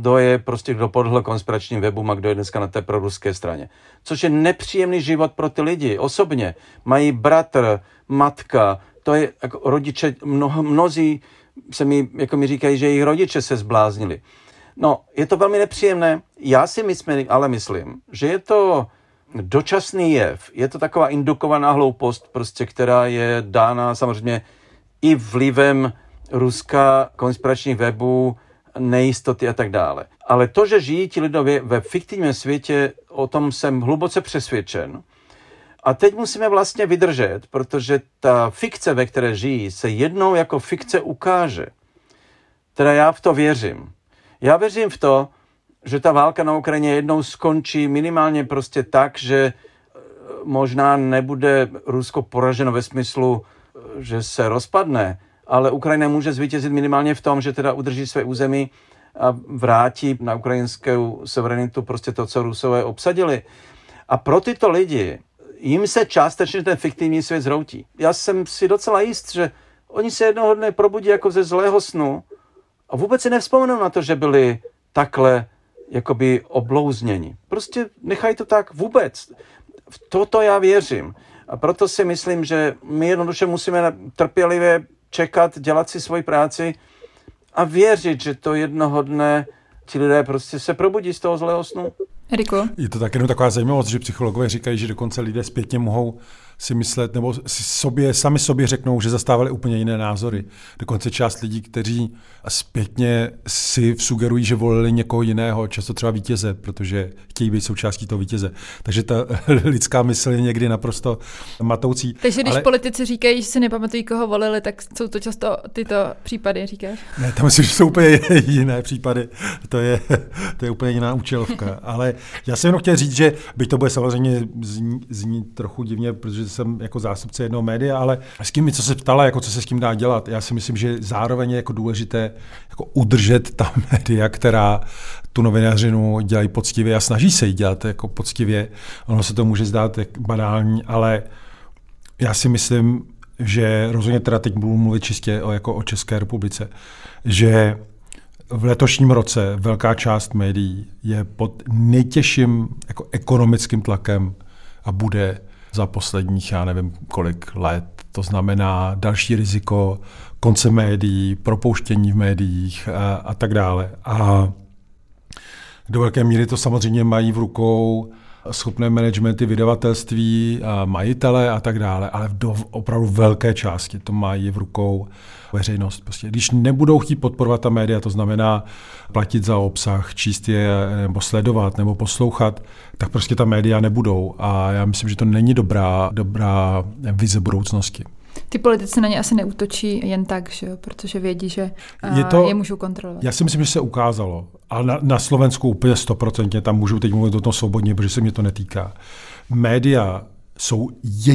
Kdo podlehl konspiračním webům a kdo je dneska na té proruské straně. Což je nepříjemný život pro ty lidi. Osobně mají bratr, matka, to je jako rodiče, mnozí jako mi říkají, že jejich rodiče se zbláznili. No, je to velmi nepříjemné. Já si myslím, že je to dočasný jev. Je to taková indukovaná hloupost, prostě, která je dána samozřejmě i vlivem Ruska, konspiračních webů, nejistoty a tak dále. Ale to, že žijí ti lidé ve fiktivním světě, o tom jsem hluboce přesvědčen. A teď musíme vlastně vydržet, protože ta fikce, ve které žijí, se jednou jako fikce ukáže. Teda já v to věřím. Já věřím v to, že ta válka na Ukrajině jednou skončí minimálně prostě tak, že možná nebude Rusko poraženo ve smyslu, že se rozpadne, ale Ukrajina může zvítězit minimálně v tom, že teda udrží své území a vrátí na ukrajinskou suverenitu prostě to, co Rusové obsadili. A pro tyto lidi jim se částečně ten fiktivní svět zhroutí. Já jsem si docela jist, že oni se jednoho dne probudí jako ze zlého snu a vůbec si nevzpomenou na to, že byli takhle jakoby oblouzněni. Prostě nechají to tak vůbec. V toto já věřím. A proto si myslím, že my jednoduše musíme trpělivě čekat, dělat si svoji práci a věřit, že to jednoho dne ti lidé prostě se probudí z toho zlého snu. Eriko? Je to tak jenom taková zajímavost, že psychologové říkají, že dokonce lidé zpětně mohou si myslet, nebo sami sobě řeknou, že zastávali úplně jiné názory. Dokonce část lidí, kteří zpětně si sugerují, že volili někoho jiného, často třeba vítěze, protože chtějí být součástí toho vítěze. Takže ta lidská mysl je někdy naprosto matoucí. Takže když politici říkají, že si nepamatují, koho volili, tak jsou to často tyto případy, říkáš? Ne, tam myslím, že jsou úplně jiné případy. To je úplně jiná účelovka. Ale já jsem jenom chtěl říct, že byť to bude samozřejmě znít trochu divně, protože jsem jako zástupce jednoho média, ale s tím, co se ptala, jako co se s tím dá dělat, já si myslím, že zároveň je jako důležité jako udržet ta média, která tu novinařinu dělají poctivě a snaží se ji dělat jako poctivě. Ono se to může zdát banální, ale já si myslím, že rozhodně teda teď budu mluvit čistě o České republice, že v letošním roce velká část médií je pod nejtěžším jako ekonomickým tlakem a bude za posledních, já nevím kolik let. To znamená další riziko konce médií, propouštění v médiích a tak dále. A do velké míry to samozřejmě mají v rukou schopné managementy vydavatelství, majitele a tak dále, ale do opravdu velké části to mají v rukou veřejnost. Prostě, když nebudou chtít podporovat ta média, to znamená platit za obsah, číst je, nebo sledovat, nebo poslouchat, tak prostě ta média nebudou. A já myslím, že to není dobrá vize budoucnosti. Ty politici na ně asi neútočí jen tak, že jo? Protože vědí, že je můžou kontrolovat. Já si myslím, že se ukázalo. Ale na Slovensku úplně 100%, tam můžu teď mluvit o tom svobodně, protože se mě to netýká. Média jsou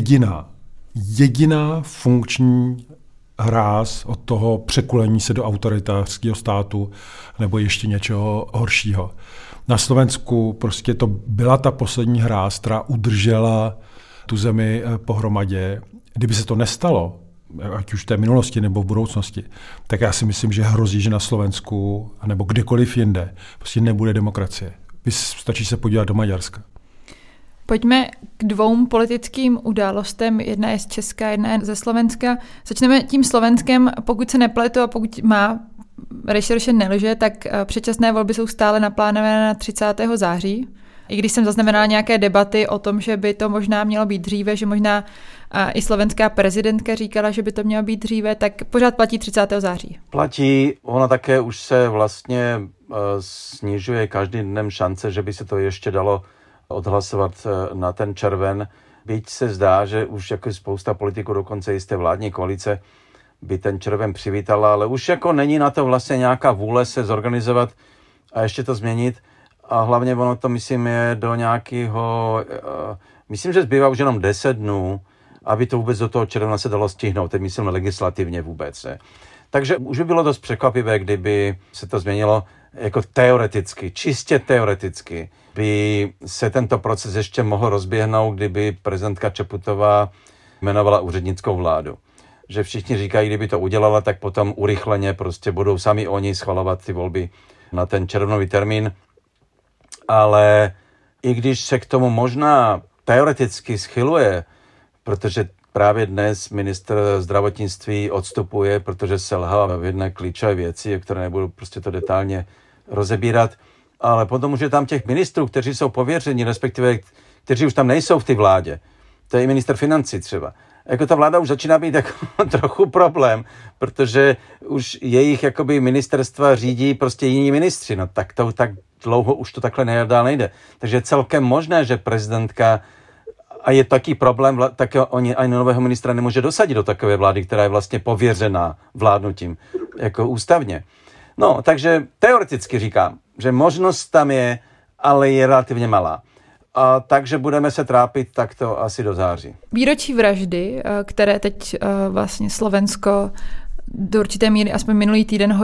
jediná funkční hráz od toho překulení se do autoritářského státu nebo ještě něčeho horšího. Na Slovensku prostě to byla ta poslední hráz, která udržela tu zemi pohromadě. Kdyby se to nestalo, ať už v té minulosti nebo v budoucnosti, tak já si myslím, že hrozí, že na Slovensku nebo kdekoliv jinde prostě nebude demokracie. Stačí se podívat do Maďarska. Pojďme k 2 politickým událostem. Jedna je z Česka, jedna je ze Slovenska. Začneme tím Slovenskem. Pokud se nepletu a pokud má rešerše nelže, tak předčasné volby jsou stále naplánované na 30. září. I když jsem zaznamenala nějaké debaty o tom, že by to možná mělo být dříve, že možná i slovenská prezidentka říkala, že by to mělo být dříve, tak pořád platí 30. září. Platí, ona také už se vlastně snižuje každým dnem šance, že by se to ještě dalo odhlasovat na ten červen. Byť se zdá, že už jako spousta politiků, dokonce i z té vládní koalice, by ten červen přivítala, ale už jako není na to vlastně nějaká vůle se zorganizovat a ještě to změnit. A hlavně ono to, myslím, je do nějakého, myslím, že zbývá už jenom 10 dnů, aby to vůbec do toho června se dalo stihnout, teď myslím legislativně vůbec. Takže už by bylo dost překvapivé, kdyby se to změnilo jako teoreticky, čistě teoreticky, by se tento proces ještě mohl rozběhnout, kdyby prezidentka Čaputová jmenovala úřednickou vládu. Že všichni říkají, kdyby to udělala, tak potom urychleně prostě budou sami oni schvalovat ty volby na ten červnový termín. Ale i když se k tomu možná teoreticky schyluje, protože právě dnes ministr zdravotnictví odstupuje, protože selhal v jedné klíčové věci, které nebudu prostě to detailně rozebírat, ale potom už je tam těch ministrů, kteří jsou pověřeni, respektive kteří už tam nejsou v té vládě. To je i ministr financí třeba. Jako ta vláda už začíná být jako trochu problém, protože už jejich jakoby ministerstva řídí prostě jiní ministři. No tak to tak dlouho už to takhle dál nejde. Takže je celkem možné, že prezidentka, a je taký problém, tak oni ani nového ministra nemůže dosadit do takové vlády, která je vlastně pověřená vládnutím jako ústavně. No, takže teoreticky říkám, že možnost tam je, ale je relativně malá. A takže budeme se trápit takto asi do září. Výročí vraždy, které teď vlastně Slovensko do určité míry, aspoň minulý týden,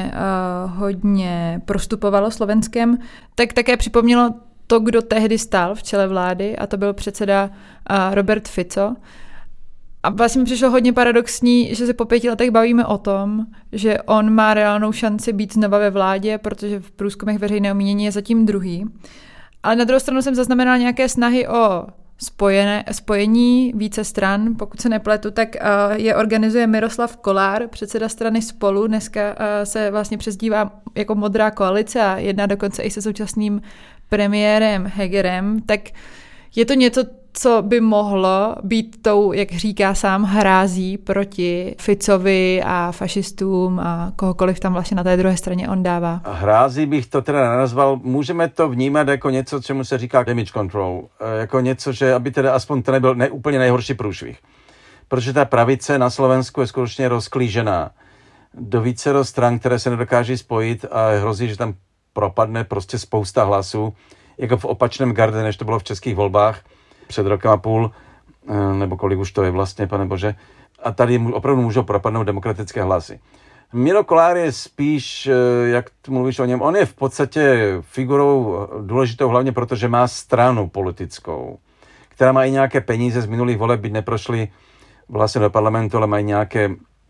hodně prostupovalo Slovenskem, tak také připomnělo to, kdo tehdy stál v čele vlády, a to byl předseda Robert Fico. A vlastně mi přišlo hodně paradoxní, že se po 5 letech bavíme o tom, že on má reálnou šanci být znova ve vládě, protože v průzkumech veřejného mínění je zatím druhý. Ale na druhou stranu jsem zaznamenala nějaké snahy o spojení více stran. Pokud se nepletu, tak je organizuje Miroslav Kolár, předseda strany Spolu. Dneska se vlastně přezdívá jako Modrá koalice a jedná dokonce i se současným premiérem Hegerem. Tak je to něco, co by mohlo být tou, jak říká sám, hrází proti Ficovi a fašistům a kohokoliv tam vlastně na té druhé straně on dává. Hrází bych to teda nenazval. Můžeme to vnímat jako něco, čemu se říká damage control. Jako něco, že aby teda aspoň to nebyl úplně nejhorší průšvih. Protože ta pravice na Slovensku je skutečně rozklížená do vícero stran, které se nedokáží spojit a hrozí, že tam propadne prostě spousta hlasů, jako v opačném garde, než to bylo v českých volbách před rokem a půl, nebo kolik už to je vlastně, pane bože. A tady opravdu můžou propadnout demokratické hlasy. Miro Kolár je spíš, jak mluvíš o něm, on je v podstatě figurou důležitou hlavně proto, že má stranu politickou, která má i nějaké peníze z minulých voleb, byť neprošly vlastně do parlamentu, ale mají nějaké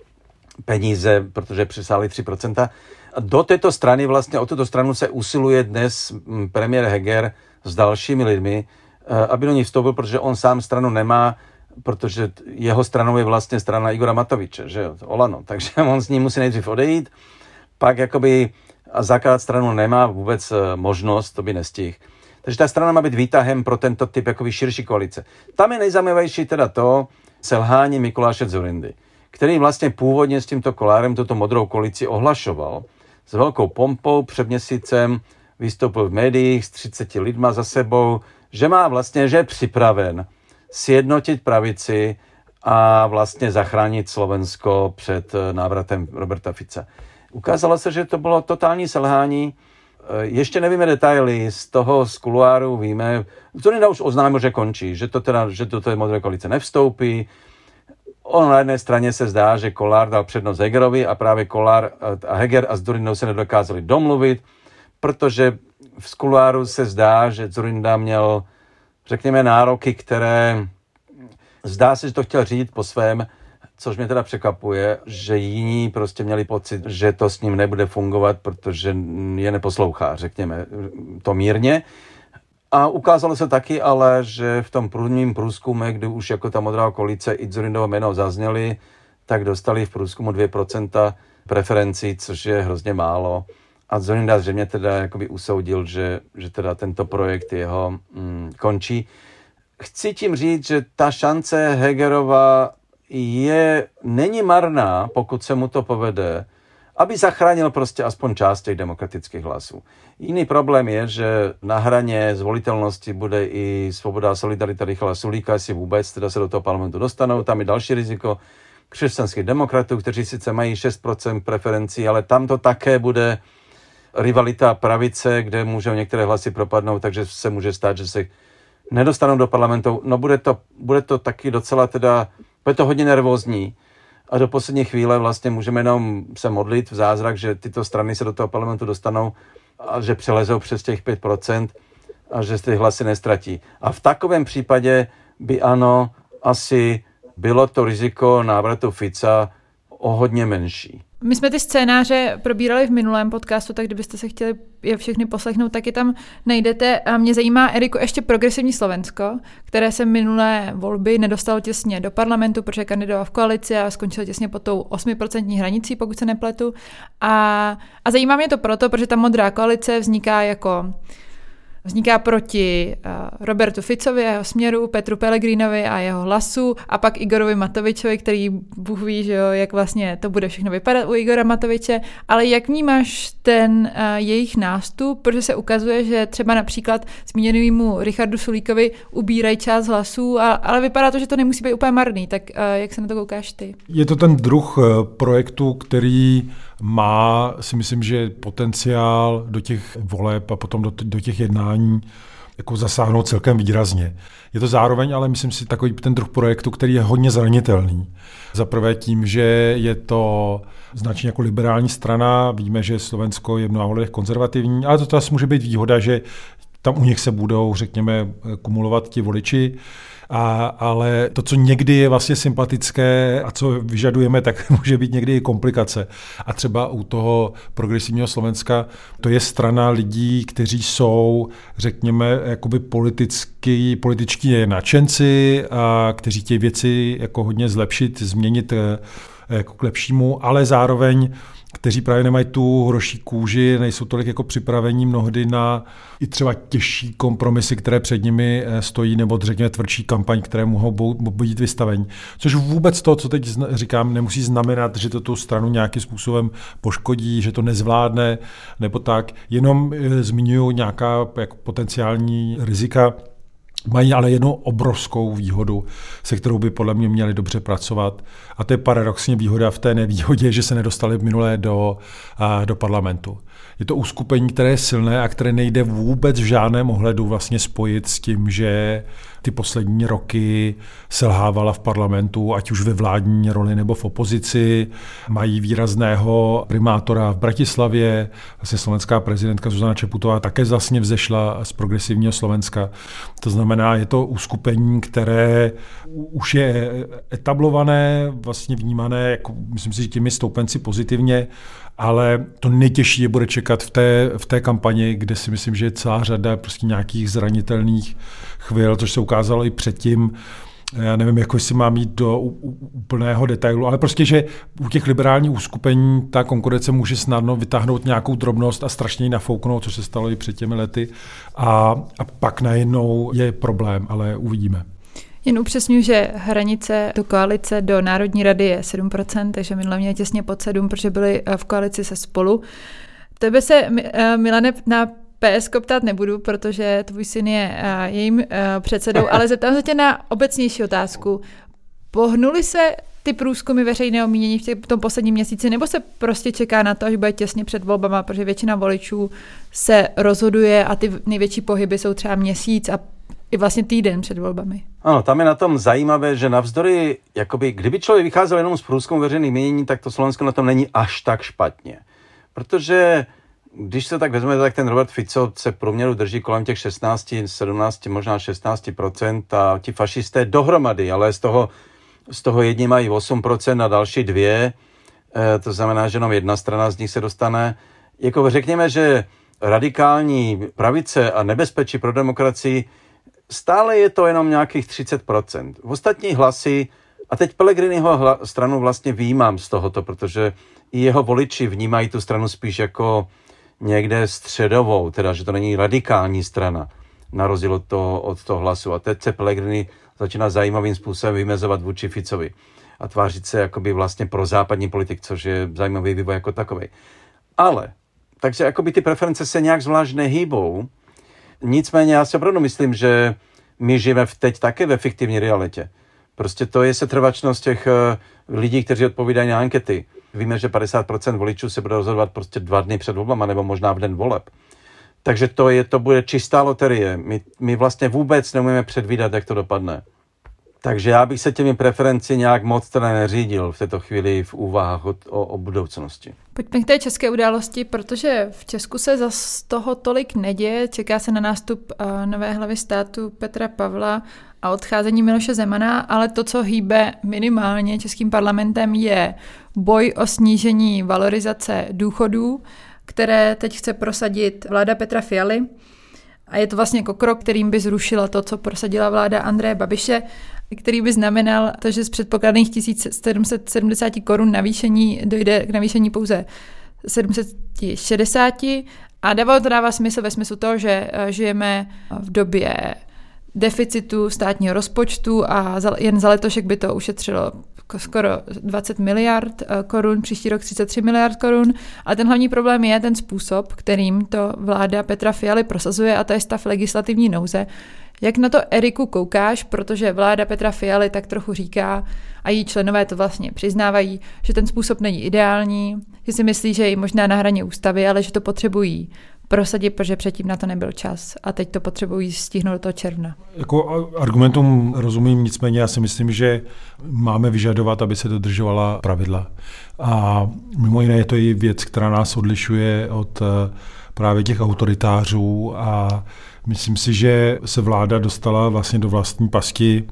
peníze, protože přisáhli 3%. A do této strany vlastně, o tuto stranu se usiluje dnes premiér Heger s dalšími lidmi, aby do ní vstoupil, protože on sám stranu nemá, protože jeho stranou je vlastně strana Igora Matoviče, že jo, Olano, takže on s ním musí nejdřív odejít, pak jakoby zakládat stranu nemá vůbec možnost, to by nestihl. Takže ta strana má být výtahem pro tento typ jakoby širší koalice. Tam je nejzajímavější teda to selhání Mikuláše Dzurindy, který vlastně původně s tímto Kolárem tuto modrou koalici ohlašoval s velkou pompou, před měsícem vystoupil v médiích s 30 lidma za sebou, že má vlastně, že je připraven sjednotit pravici a vlastně zachránit Slovensko před návratem Roberta Fica. Ukázalo se, že to bylo totální selhání. Ještě nevíme detaily, z toho z kuluáru víme, Dzurinda už oznámil, že končí, že do té modré koalice nevstoupí. On na jedné straně se zdá, že Kolár dal přednost Hegerovi a právě Kolár a Heger a s Dzurindou se nedokázali domluvit, protože v kuluáru se zdá, že Dzurinda měl, řekněme, nároky, které zdá se, že to chtěl řídit po svém, což mě teda překvapuje, že jiní prostě měli pocit, že to s ním nebude fungovat, protože je neposlouchá, řekněme to mírně. A ukázalo se taky ale, že v tom prvním průzkumu, kdy už jako ta modrá koalice i Dzurindovo jméno zazněli, tak dostali v průzkumu 2% preferencí, což je hrozně málo. A Dzurinda zřejmě teda jakoby usoudil, že teda tento projekt jeho končí. Chci tím říct, že ta šance Hegerova není marná, pokud se mu to povede, aby zachránil prostě aspoň část těch demokratických hlasů. Jiný problém je, že na hraně zvolitelnosti bude i Svoboda a Solidarita Rychala Sulíka, jestli vůbec teda se do toho parlamentu dostanou. Tam je další riziko křesťanských demokratů, kteří sice mají 6% preferencí, ale tam to také bude rivalita pravice, kde můžou některé hlasy propadnout, takže se může stát, že se nedostanou do parlamentu. No bude to taky docela teda, bude to hodně nervózní. A do poslední chvíle vlastně můžeme jenom se modlit v zázrak, že tyto strany se do toho parlamentu dostanou a že přelezou přes těch 5% a že ty hlasy nestratí. A v takovém případě by ano, asi bylo to riziko návratu Fica o hodně menší. My jsme ty scénáře probírali v minulém podcastu, tak kdybyste se chtěli je všechny poslechnout, tak je tam najdete. A mě zajímá, Eriku, ještě Progresivní Slovensko, které se minulé volby nedostalo těsně do parlamentu, protože kandidoval v koalici a skončil těsně pod tou 8% hranicí, pokud se nepletu. A zajímá mě to proto, protože ta modrá koalice vzniká proti Robertu Ficovi a jeho Směru, Petru Pellegrinovi a jeho Hlasu a pak Igorovi Matovičovi, který Bůh ví, že jo, jak vlastně to bude všechno vypadat u Igora Matoviče, ale jak vnímáš ten jejich nástup, protože se ukazuje, že třeba například zmíněnému Richardu Sulíkovi ubírají část hlasů, ale vypadá to, že to nemusí být úplně marný, tak jak se na to koukáš ty? Je to ten druh projektu, který má, si myslím, že potenciál do těch voleb a potom do těch jednání jako zasáhnout celkem výrazně. Je to zároveň, ale myslím si, takový ten druh projektu, který je hodně zranitelný. Za prvé tím, že je to značně jako liberální strana, víme, že Slovensko je v mnoha ohledech konzervativní, ale to asi může být výhoda, že tam u nich se budou, řekněme, kumulovat ti voliči. Ale to, co někdy je vlastně sympatické a co vyžadujeme, tak může být někdy i komplikace. A třeba u toho progresivního Slovenska to je strana lidí, kteří jsou, řekněme, jakoby političtí nadšenci, a kteří chtějí věci jako hodně zlepšit, změnit jako k lepšímu, ale zároveň kteří právě nemají tu hroší kůži, nejsou tolik jako připravení mnohdy na i třeba těžší kompromisy, které před nimi stojí, nebo řekněme tvrdší kampaň, které mohou být vystavení. Což vůbec to, co teď říkám, nemusí znamenat, že to tu stranu nějakým způsobem poškodí, že to nezvládne, nebo tak. Jenom zmiňuji nějaká jako potenciální rizika. Mají ale jednu obrovskou výhodu, se kterou by podle mě měli dobře pracovat. A to je paradoxně výhoda v té nevýhodě, že se nedostali minulé do parlamentu. Je to uskupení, které je silné a které nejde vůbec v žádném ohledu vlastně spojit s tím, že ty poslední roky selhávala v parlamentu, ať už ve vládní roli nebo v opozici. Mají výrazného primátora v Bratislavě. Vlastně slovenská prezidentka Zuzana Čaputová také vlastně vzešla z progresivního Slovenska. To znamená, je to uskupení, které už je etablované, vlastně vnímané, jako, myslím si, že těmi stoupenci pozitivně, ale to nejtěžší je bude čekat v té kampani, kde si myslím, že je celá řada prostě nějakých zranitelných chvil, což se ukázalo i předtím. Já nevím, jako jestli mám jít do úplného detailu, ale prostě, že u těch liberálních uskupení ta konkurence může snadno vytáhnout nějakou drobnost a strašně ji nafouknout, což se stalo i před těmi lety. A pak najednou je problém, ale uvidíme. Jen upřesňuji, že hranice do koalice do Národní rady je 7%, takže minule měli těsně pod 7%, protože byli v koalici se Spolu. Tebe se, Milane, na PSK ptát nebudu, protože tvůj syn je jejím předsedou, ale zeptám se tě na obecnější otázku. Pohnuli se ty průzkumy veřejného mínění v tom posledním měsíci, nebo se prostě čeká na to, až bude těsně před volbama, protože většina voličů se rozhoduje a ty největší pohyby jsou třeba měsíc a i vlastně týden před volbami. Ano, tam je na tom zajímavé, že navzdory, jakoby, kdyby člověk vycházel jenom z průzkumu veřejných mínění, tak to Slovensko na tom není až tak špatně. Protože když se tak vezmete, tak ten Robert Fico se průměru drží kolem těch 16, 17, možná 16% a ti fašisté dohromady, ale z toho jedni mají 8% a další 2%, to znamená, že jenom jedna strana z nich se dostane. Jako řekněme, že radikální pravice a nebezpečí pro demokracii stále je to jenom nějakých 30%. V ostatní hlasy, a teď Pellegriniho stranu vlastně vyjímám z tohoto, protože i jeho voliči vnímají tu stranu spíš jako někde středovou, teda, že to není radikální strana, na rozdíl od toho hlasu. A teď se Pellegrini začíná zajímavým způsobem vymezovat vůči Ficovi a tvářit se jakoby vlastně pro západní politik, což je zajímavý vývoj jako takovej. Ale, takže jakoby ty preference se nějak zvlášť nehýbou. Nicméně já si opravdu myslím, že my žijeme teď také ve fiktivní realitě. Prostě to je setrvačnost těch lidí, kteří odpovídají na ankety. Víme, že 50% voličů se bude rozhodovat prostě 2 dny před volbama nebo možná v den voleb. Takže to bude čistá loterie. My vlastně vůbec neumíme předvídat, jak to dopadne. Takže já bych se těmi preferenci nějak moc teda neřídil v této chvíli v úvahách o budoucnosti. Pojďme k té české události, protože v Česku se zas toho tolik neděje. Čeká se na nástup nové hlavy státu Petra Pavla a odcházení Miloše Zemana, ale to, co hýbe minimálně českým parlamentem, je boj o snížení valorizace důchodů, které teď chce prosadit vláda Petra Fialy. A je to vlastně jako krok, kterým by zrušila to, co prosadila vláda Andreje Babiše, který by znamenal to, že z předpokladných 1770 korun navýšení dojde k navýšení pouze 760 a dává smysl ve smyslu toho, že žijeme v době deficitu státního rozpočtu a jen za letošek by to ušetřilo skoro 20 miliard korun, příští rok 33 miliard korun. Ale ten hlavní problém je ten způsob, kterým to vláda Petra Fialy prosazuje, a to je stav legislativní nouze. Jak na to, Eriku, koukáš, protože vláda Petra Fialy tak trochu říká, a její členové to vlastně přiznávají, že ten způsob není ideální, že si myslí, že je možná na hraně ústavy, ale že to potřebují prosadit, protože předtím na to nebyl čas a teď to potřebují stihnout do toho června. Jako argumentům rozumím, nicméně já si myslím, že máme vyžadovat, aby se dodržovala pravidla. A mimo jiné je to i věc, která nás odlišuje od právě těch autoritářů a myslím si, že se vláda dostala vlastně do vlastní pasti,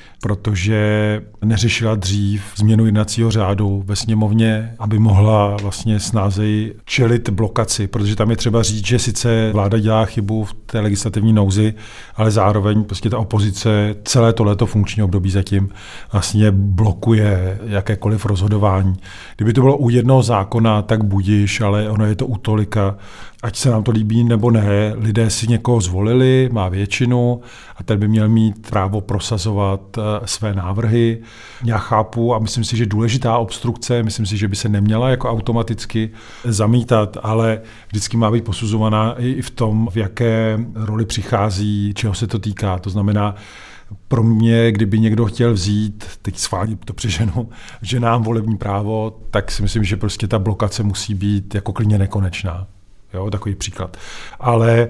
protože neřešila dřív změnu jednacího řádu ve sněmovně, aby mohla vlastně snázeji čelit blokaci, protože tam je třeba říct, že sice vláda dělá chybu v té legislativní nouzi, ale zároveň prostě ta opozice celé tohleto funkční období zatím vlastně blokuje jakékoliv rozhodování. Kdyby to bylo u jednoho zákona, tak budiš, ale ono je to u tolika. Ať se nám to líbí nebo ne, lidé si někoho zvolili, má většinu a ten by měl mít právo prosazovat své návrhy. Já chápu a myslím si, že důležitá obstrukce, myslím si, že by se neměla jako automaticky zamítat, ale vždycky má být posuzovaná i v tom, v jaké roli přichází, čeho se to týká. To znamená, pro mě, kdyby někdo chtěl vzít, teď schválně to přeženu, ženám volební právo, tak si myslím, že prostě ta blokace musí být jako klidně nekonečná. Jo, takový příklad. Ale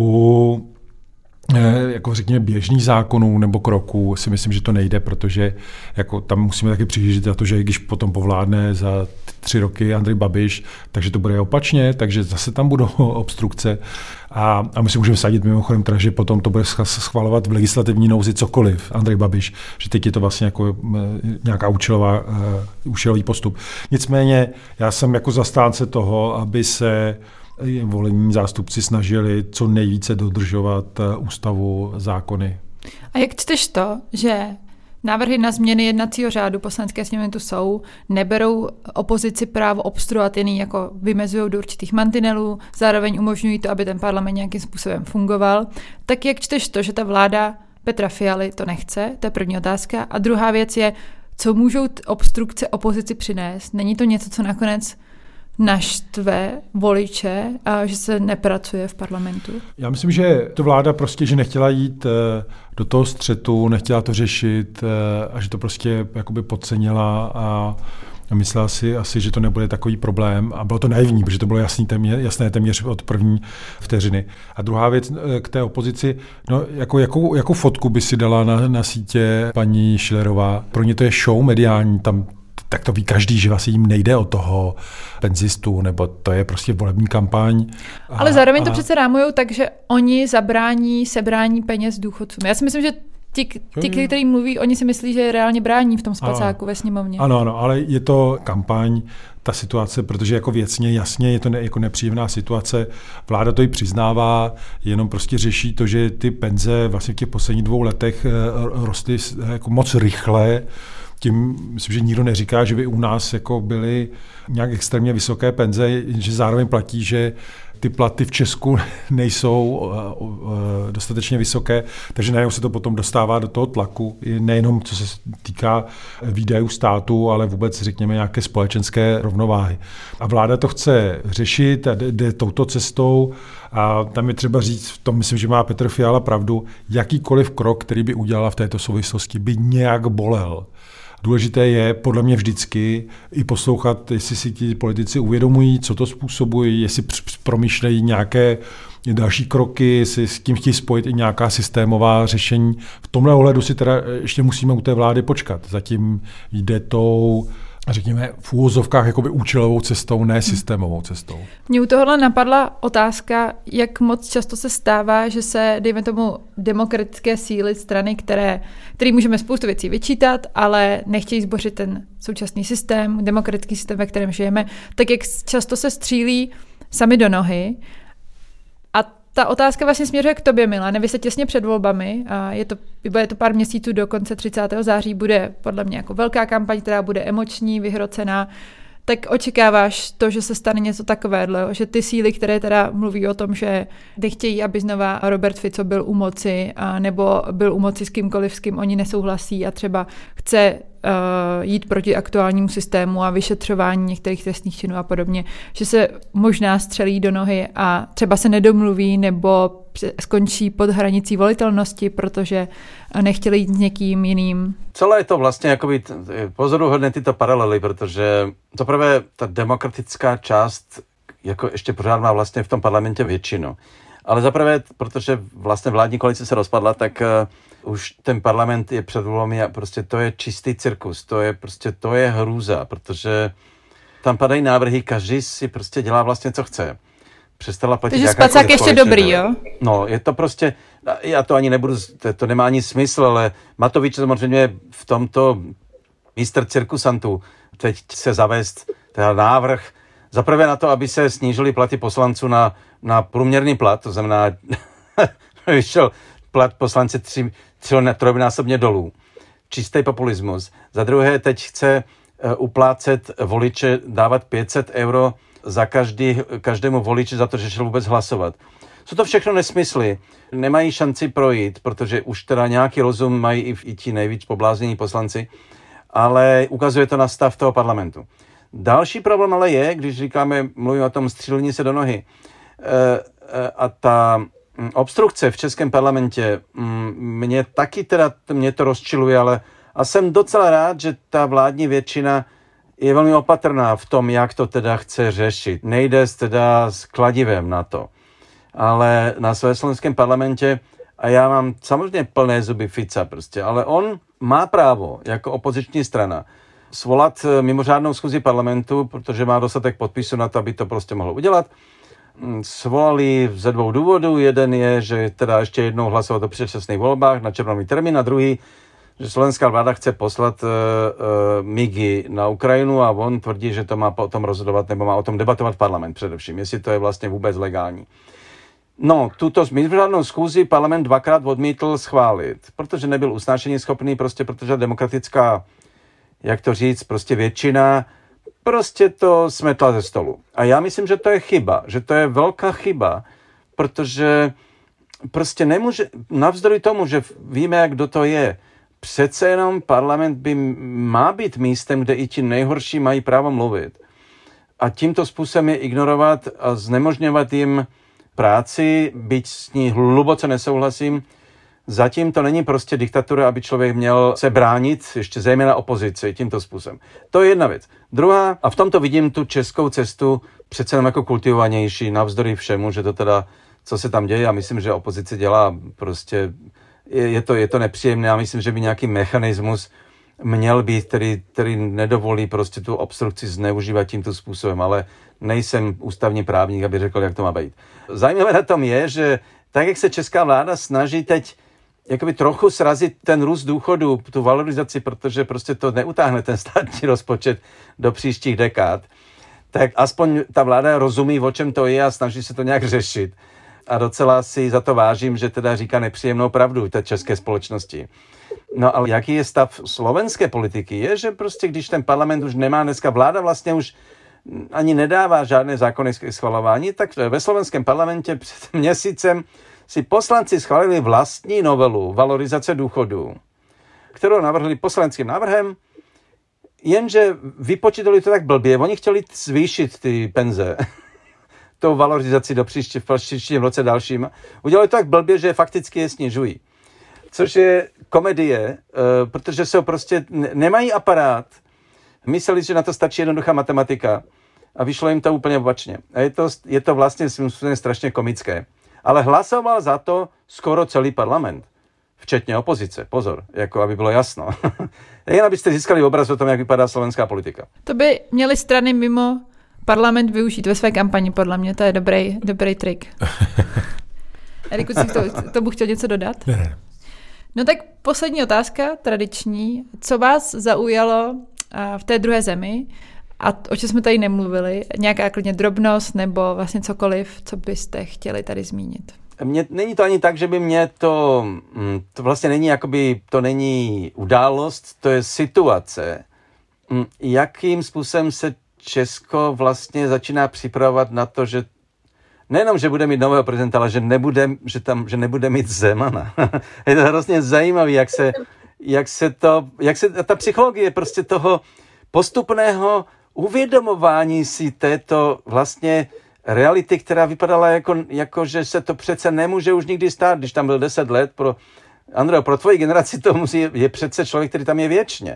u jako řekněme běžných zákonů nebo kroků si myslím, že to nejde, protože jako tam musíme taky přihlížet na to, že když potom povládne za 3 roky Andrej Babiš, takže to bude opačně, takže zase tam budou obstrukce a my si můžeme sadit mimochodem teda, že potom to bude schvalovat v legislativní nouzi cokoliv Andrej Babiš, že teď je to vlastně jako nějaká účelový postup. Nicméně já jsem jako zastánce toho, aby se volení zástupci snažili co nejvíce dodržovat ústavu, zákony. A jak čteš to, že návrhy na změny jednacího řádu Poslanecké sněmovny tu jsou, neberou opozici právo obstruovat, jen jako vymezují do určitých mantinelů, zároveň umožňují to, aby ten parlament nějakým způsobem fungoval. Tak jak čteš to, že ta vláda Petra Fialy to nechce? To je první otázka. A druhá věc je, co můžou obstrukce opozici přinést? Není to něco, co nakonec naštve voliče a že se nepracuje v parlamentu? Já myslím, že to vláda prostě, že nechtěla jít do toho střetu, nechtěla to řešit a že to prostě jakoby podcenila a myslela si asi, že to nebude takový problém a bylo to naivní, protože to bylo jasné téměř od první vteřiny. A druhá věc k té opozici, no jakou fotku by si dala na sítě paní Schillerová? Pro ně to je show mediální, tam tak to ví každý, že vlastně jim nejde o toho penzistu, nebo to je prostě volební kampaň. Ale zároveň to přece rámujou tak, že oni zabrání sebrání peněz důchodcům. Já si myslím, že ti, kteří mluví, oni si myslí, že je reálně brání v tom spacáku ve sněmovně. Ano, ale je to kampaň, ta situace, protože jako věcně jasně je to jako nepříjemná situace. Vláda to i přiznává, jenom prostě řeší to, že ty penze vlastně v těch posledních 2 letech rostly jako moc rychle. Tím myslím, že nikdo neříká, že by u nás jako byly nějak extrémně vysoké penze, že zároveň platí, že ty platy v Česku nejsou dostatečně vysoké, takže najednou se to potom dostává do toho tlaku, nejenom co se týká výdajů státu, ale vůbec řekněme nějaké společenské rovnováhy. A vláda to chce řešit a jde touto cestou a tam je třeba říct, v tom myslím, že má Petr Fiala pravdu, jakýkoliv krok, který by udělala v této souvislosti, by nějak bolel. Důležité je podle mě vždycky i poslouchat, jestli si ti politici uvědomují, co to způsobuje, jestli promýšlejí nějaké další kroky, jestli s tím chtějí spojit i nějaká systémová řešení. V tomhle ohledu si teda ještě musíme u té vlády počkat. Zatím jde tou, řekněme, v úvozovkách jakoby účelovou cestou, ne systémovou cestou. Mně u tohohle napadla otázka, jak moc často se stává, že se, dejme tomu, demokratické síly, strany, které můžeme spoustu věcí vyčítat, ale nechtějí zbořit ten současný systém, demokratický systém, ve kterém žijeme, tak jak často se střílí sami do nohy. A ta otázka vlastně směřuje k tobě, Milane. Vy jste těsně před volbami a bude to pár měsíců do konce 30. září, bude podle mě jako velká kampaň, která bude emoční, vyhrocená. Tak očekáváš to, že se stane něco takového, že ty síly, které teda mluví o tom, že nechtějí, aby znova Robert Fico byl u moci, nebo byl u moci s kýmkoliv, s kým oni nesouhlasí a třeba chce jít proti aktuálnímu systému a vyšetřování některých trestných činů a podobně, že se možná střelí do nohy a třeba se nedomluví nebo skončí pod hranicí volitelnosti, protože nechtěli jít s někým jiným. Celé je to vlastně jakoby pozoruhodné tyto paralely, protože to prvé ta demokratická část jako ještě pořád má vlastně v tom parlamentě většinu. Ale zaprvé, protože vlastně vládní koalice se rozpadla, tak už ten parlament je před volbami a prostě to je čistý cirkus, to je hrůza, protože tam padají návrhy, každý si prostě dělá vlastně, co chce. Přestala platit. Takže Spacák ještě dobrý, jo? No, je to prostě, já to ani nebudu, to nemá ani smysl, ale Matovič samozřejmě v tomto mistr cirkusantů teď se zavést teda návrh zaprvé na to, aby se snížily platy poslanců na průměrný plat, to znamená, vyšel plat poslance trojnásobně dolů. Čistý populismus. Za druhé, teď chce uplácet voliče, dávat 500 euro za každému voliči za to, že šel vůbec hlasovat. Jsou to všechno nesmysly. Nemají šanci projít, protože už teda nějaký rozum mají i ti nejvíc pobláznění poslanci, ale ukazuje to na stav toho parlamentu. Další problém ale je, když mluvím o tom střílení se do nohy, a ta obstrukce v českém parlamentě mě to rozčiluje, ale a jsem docela rád, že ta vládní většina je velmi opatrná v tom, jak to teda chce řešit. Nejde teda s kladivem na to. Ale na slovenském parlamentě, a já mám samozřejmě plné zuby Fica prostě, ale on má právo jako opoziční strana svolat mimořádnou schůzi parlamentu, protože má dostatek podpisů na to, aby to prostě mohlo udělat. Svolali ze 2 důvodů. Jeden je, že teda ještě jednou hlasovat o předčasných volbách na červnový termín, a druhý, že slovenská vláda chce poslat MIGy na Ukrajinu a on tvrdí, že to má o tom rozhodovat nebo má o tom debatovat parlament především, jestli to je vlastně vůbec legální. No, tuto mimořádnou schůzi parlament 2krát odmítl schválit, protože nebyl usnášení schopný, prostě protože demokratická, jak to říct, prostě většina prostě to smetla ze stolu. A já myslím, že to je chyba, že to je velká chyba, protože prostě nemůže, navzdory tomu, že víme, kdo to je, přece jenom parlament má být místem, kde i ti nejhorší mají právo mluvit. A tímto způsobem je ignorovat a znemožňovat jim práci, byť s ní hluboce nesouhlasím. Zatím to není prostě diktatura, aby člověk měl se bránit, ještě zejména opozici, tímto způsobem. To je jedna věc. Druhá, a v tomto vidím tu českou cestu přece jenom jako kultivovanější, navzdory všemu, že to teda, co se tam děje, a myslím, že opozice dělá prostě, je to nepříjemné, a myslím, že by nějaký mechanismus měl být, který nedovolí prostě tu obstrukci zneužívat tímto způsobem, ale nejsem ústavní právník, aby řekl, jak to má být. Zajímavé na tom je, že tak, jak se česká vláda snaží teď jakoby trochu srazit ten růst důchodu, tu valorizaci, protože prostě to neutáhne ten státní rozpočet do příštích dekád, tak aspoň ta vláda rozumí, o čem to je, a snaží se to nějak řešit. A docela si za to vážím, že teda říká nepříjemnou pravdu té české společnosti. No ale jaký je stav slovenské politiky? Je, že prostě když ten parlament už nemá, dneska vláda vlastně už ani nedává žádné zákony k schvalování, tak ve slovenském parlamentě před měsícem si poslanci schválili vlastní novelu valorizace důchodů, kterou navrhli poslaneckým návrhem, jenže vypočítali to tak blbě, oni chtěli zvýšit ty penze, tou valorizaci v příštím roce dalším. Udělali to tak blbě, že fakticky je snižují. Což je komedie, protože jsou prostě, nemají aparát, mysleli, že na to stačí jednoduchá matematika a vyšlo jim to úplně opačně. A je to vlastně strašně komické. Ale hlasoval za to skoro celý parlament, včetně opozice. Pozor, jako aby bylo jasno. Jen abyste získali obraz o tom, jak vypadá slovenská politika. To by měly strany mimo parlament využít ve své kampani, podle mě. To je dobrý trik. Eriku, jsi k tomu chtěl něco dodat? Ne. No tak poslední otázka, tradiční. Co vás zaujalo v té druhé zemi a o čem jsme tady nemluvili? Nějaká klidně drobnost nebo vlastně cokoliv, co byste chtěli tady zmínit? Není to ani tak, že by mě to vlastně není jakoby, to není událost, to je situace. Jakým způsobem se Česko vlastně začíná připravovat na to, že nejenom, že bude mít nového prezidenta, ale že nebude mít Zemana. Je to hrozně zajímavé, jak se ta psychologie prostě toho postupného uvědomování si této vlastně reality, která vypadala jako že se to přece nemůže už nikdy stát, když tam byl 10 let. Andreo, pro tvoji generaci to je přece člověk, který tam je věčně.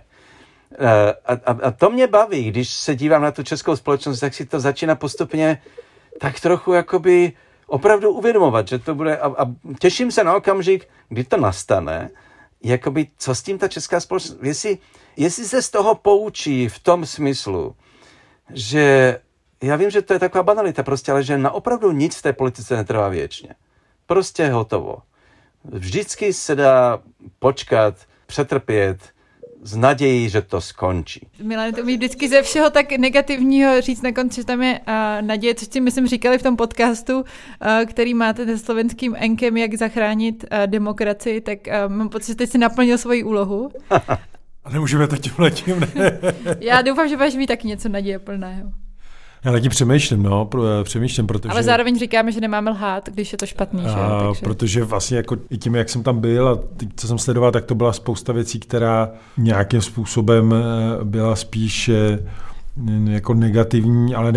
A to mě baví, když se dívám na tu českou společnost, tak si to začíná postupně tak trochu jakoby opravdu uvědomovat, že to bude, a těším se na okamžik, kdy to nastane, jakoby, co s tím ta česká společnost, jestli se z toho poučí v tom smyslu, že já vím, že to je taková banalita prostě, ale že naopravdu nic v té politice netrvá věčně. Prostě hotovo. Vždycky se dá počkat, přetrpět, s nadějí, že to skončí. Milane, to umí vždycky ze všeho tak negativního říct na konci, že tam je naděje, což tím myslím říkali v tom podcastu, který máte se slovenským Enkem, jak zachránit demokracii, tak mám pocit, že teď si naplnil svoji úlohu. A nemůžeme to tímhletím, ne? Já doufám, že budeš mít taky něco nadějeplného. Já taky přemýšlím, protože... Ale zároveň říkáme, že nemáme lhát, když je to špatný, že? Takže... Protože vlastně jako i tím, jak jsem tam byl a co jsem sledoval, tak to byla spousta věcí, která nějakým způsobem byla spíš jako negativní, ale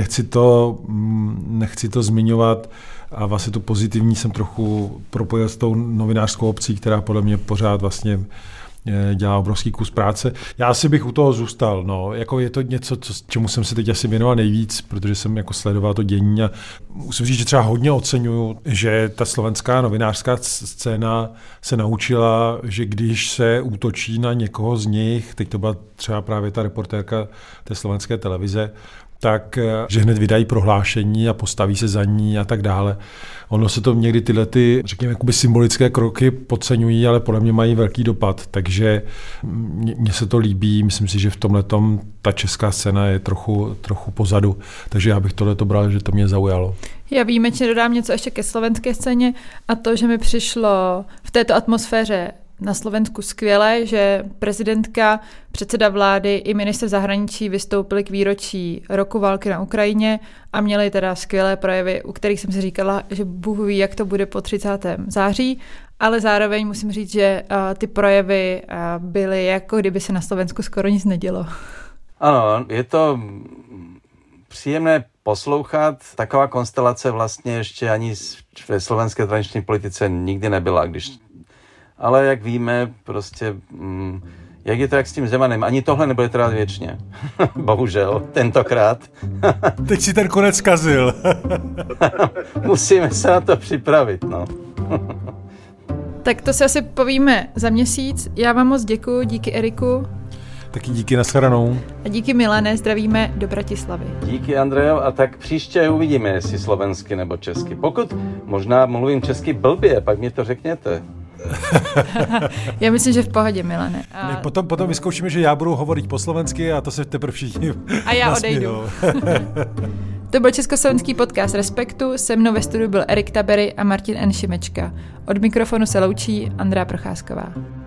nechci to zmiňovat a vlastně to pozitivní jsem trochu propojil s tou novinářskou obcí, která podle mě pořád vlastně dělá obrovský kus práce. Já si bych u toho zůstal, no, jako je to něco, čemu jsem se teď asi věnoval nejvíc, protože jsem jako sledoval to dění a musím říct, že třeba hodně oceňuju, že ta slovenská novinářská scéna se naučila, že když se útočí na někoho z nich, teď to byla třeba právě ta reportérka té slovenské televize, tak že hned vydají prohlášení a postaví se za ní a tak dále. Ono se to někdy tyhle řekněme, jakoby symbolické kroky podceňují, ale podle mě mají velký dopad, takže mně se to líbí, myslím si, že v tomhletom ta česká scéna je trochu pozadu, takže já bych tohleto bral, že to mě zaujalo. Já výjimečně dodám něco ještě ke slovenské scéně a to, že mi přišlo v této atmosféře na Slovensku skvěle, že prezidentka, předseda vlády i ministr zahraničí vystoupili k výročí roku války na Ukrajině a měli teda skvělé projevy, u kterých jsem si říkala, že Bůh ví, jak to bude po 30. září, ale zároveň musím říct, že ty projevy byly jako kdyby se na Slovensku skoro nic nedělo. Ano, je to příjemné poslouchat. Taková konstelace vlastně ještě ani ve slovenské tradiční politice nikdy nebyla, ale jak víme, prostě, jak je to jak s tím Zemanem, ani tohle nebude trvat věčně. Bohužel, tentokrát. Teď si ten konec zkazil. Musíme se na to připravit, no. Tak to si asi povíme za měsíc. Já vám moc děkuju, díky Eriku. Taky díky, nashledanou. A díky Milane, zdravíme do Bratislavy. Díky Andrejo, a tak příště uvidíme, jestli slovensky nebo česky. Pokud možná mluvím česky blbě, pak mi to řekněte. Já myslím, že v pohodě, Milane. A... Potom vyzkoušíme, že já budu hovorit po slovensky a to se teprve všichni a já odejdu. To byl československý podcast Respektu, se mnou ve studiu byl Erik Tabery a Martin N. Šimečka. Od mikrofonu se loučí Andrea Procházková.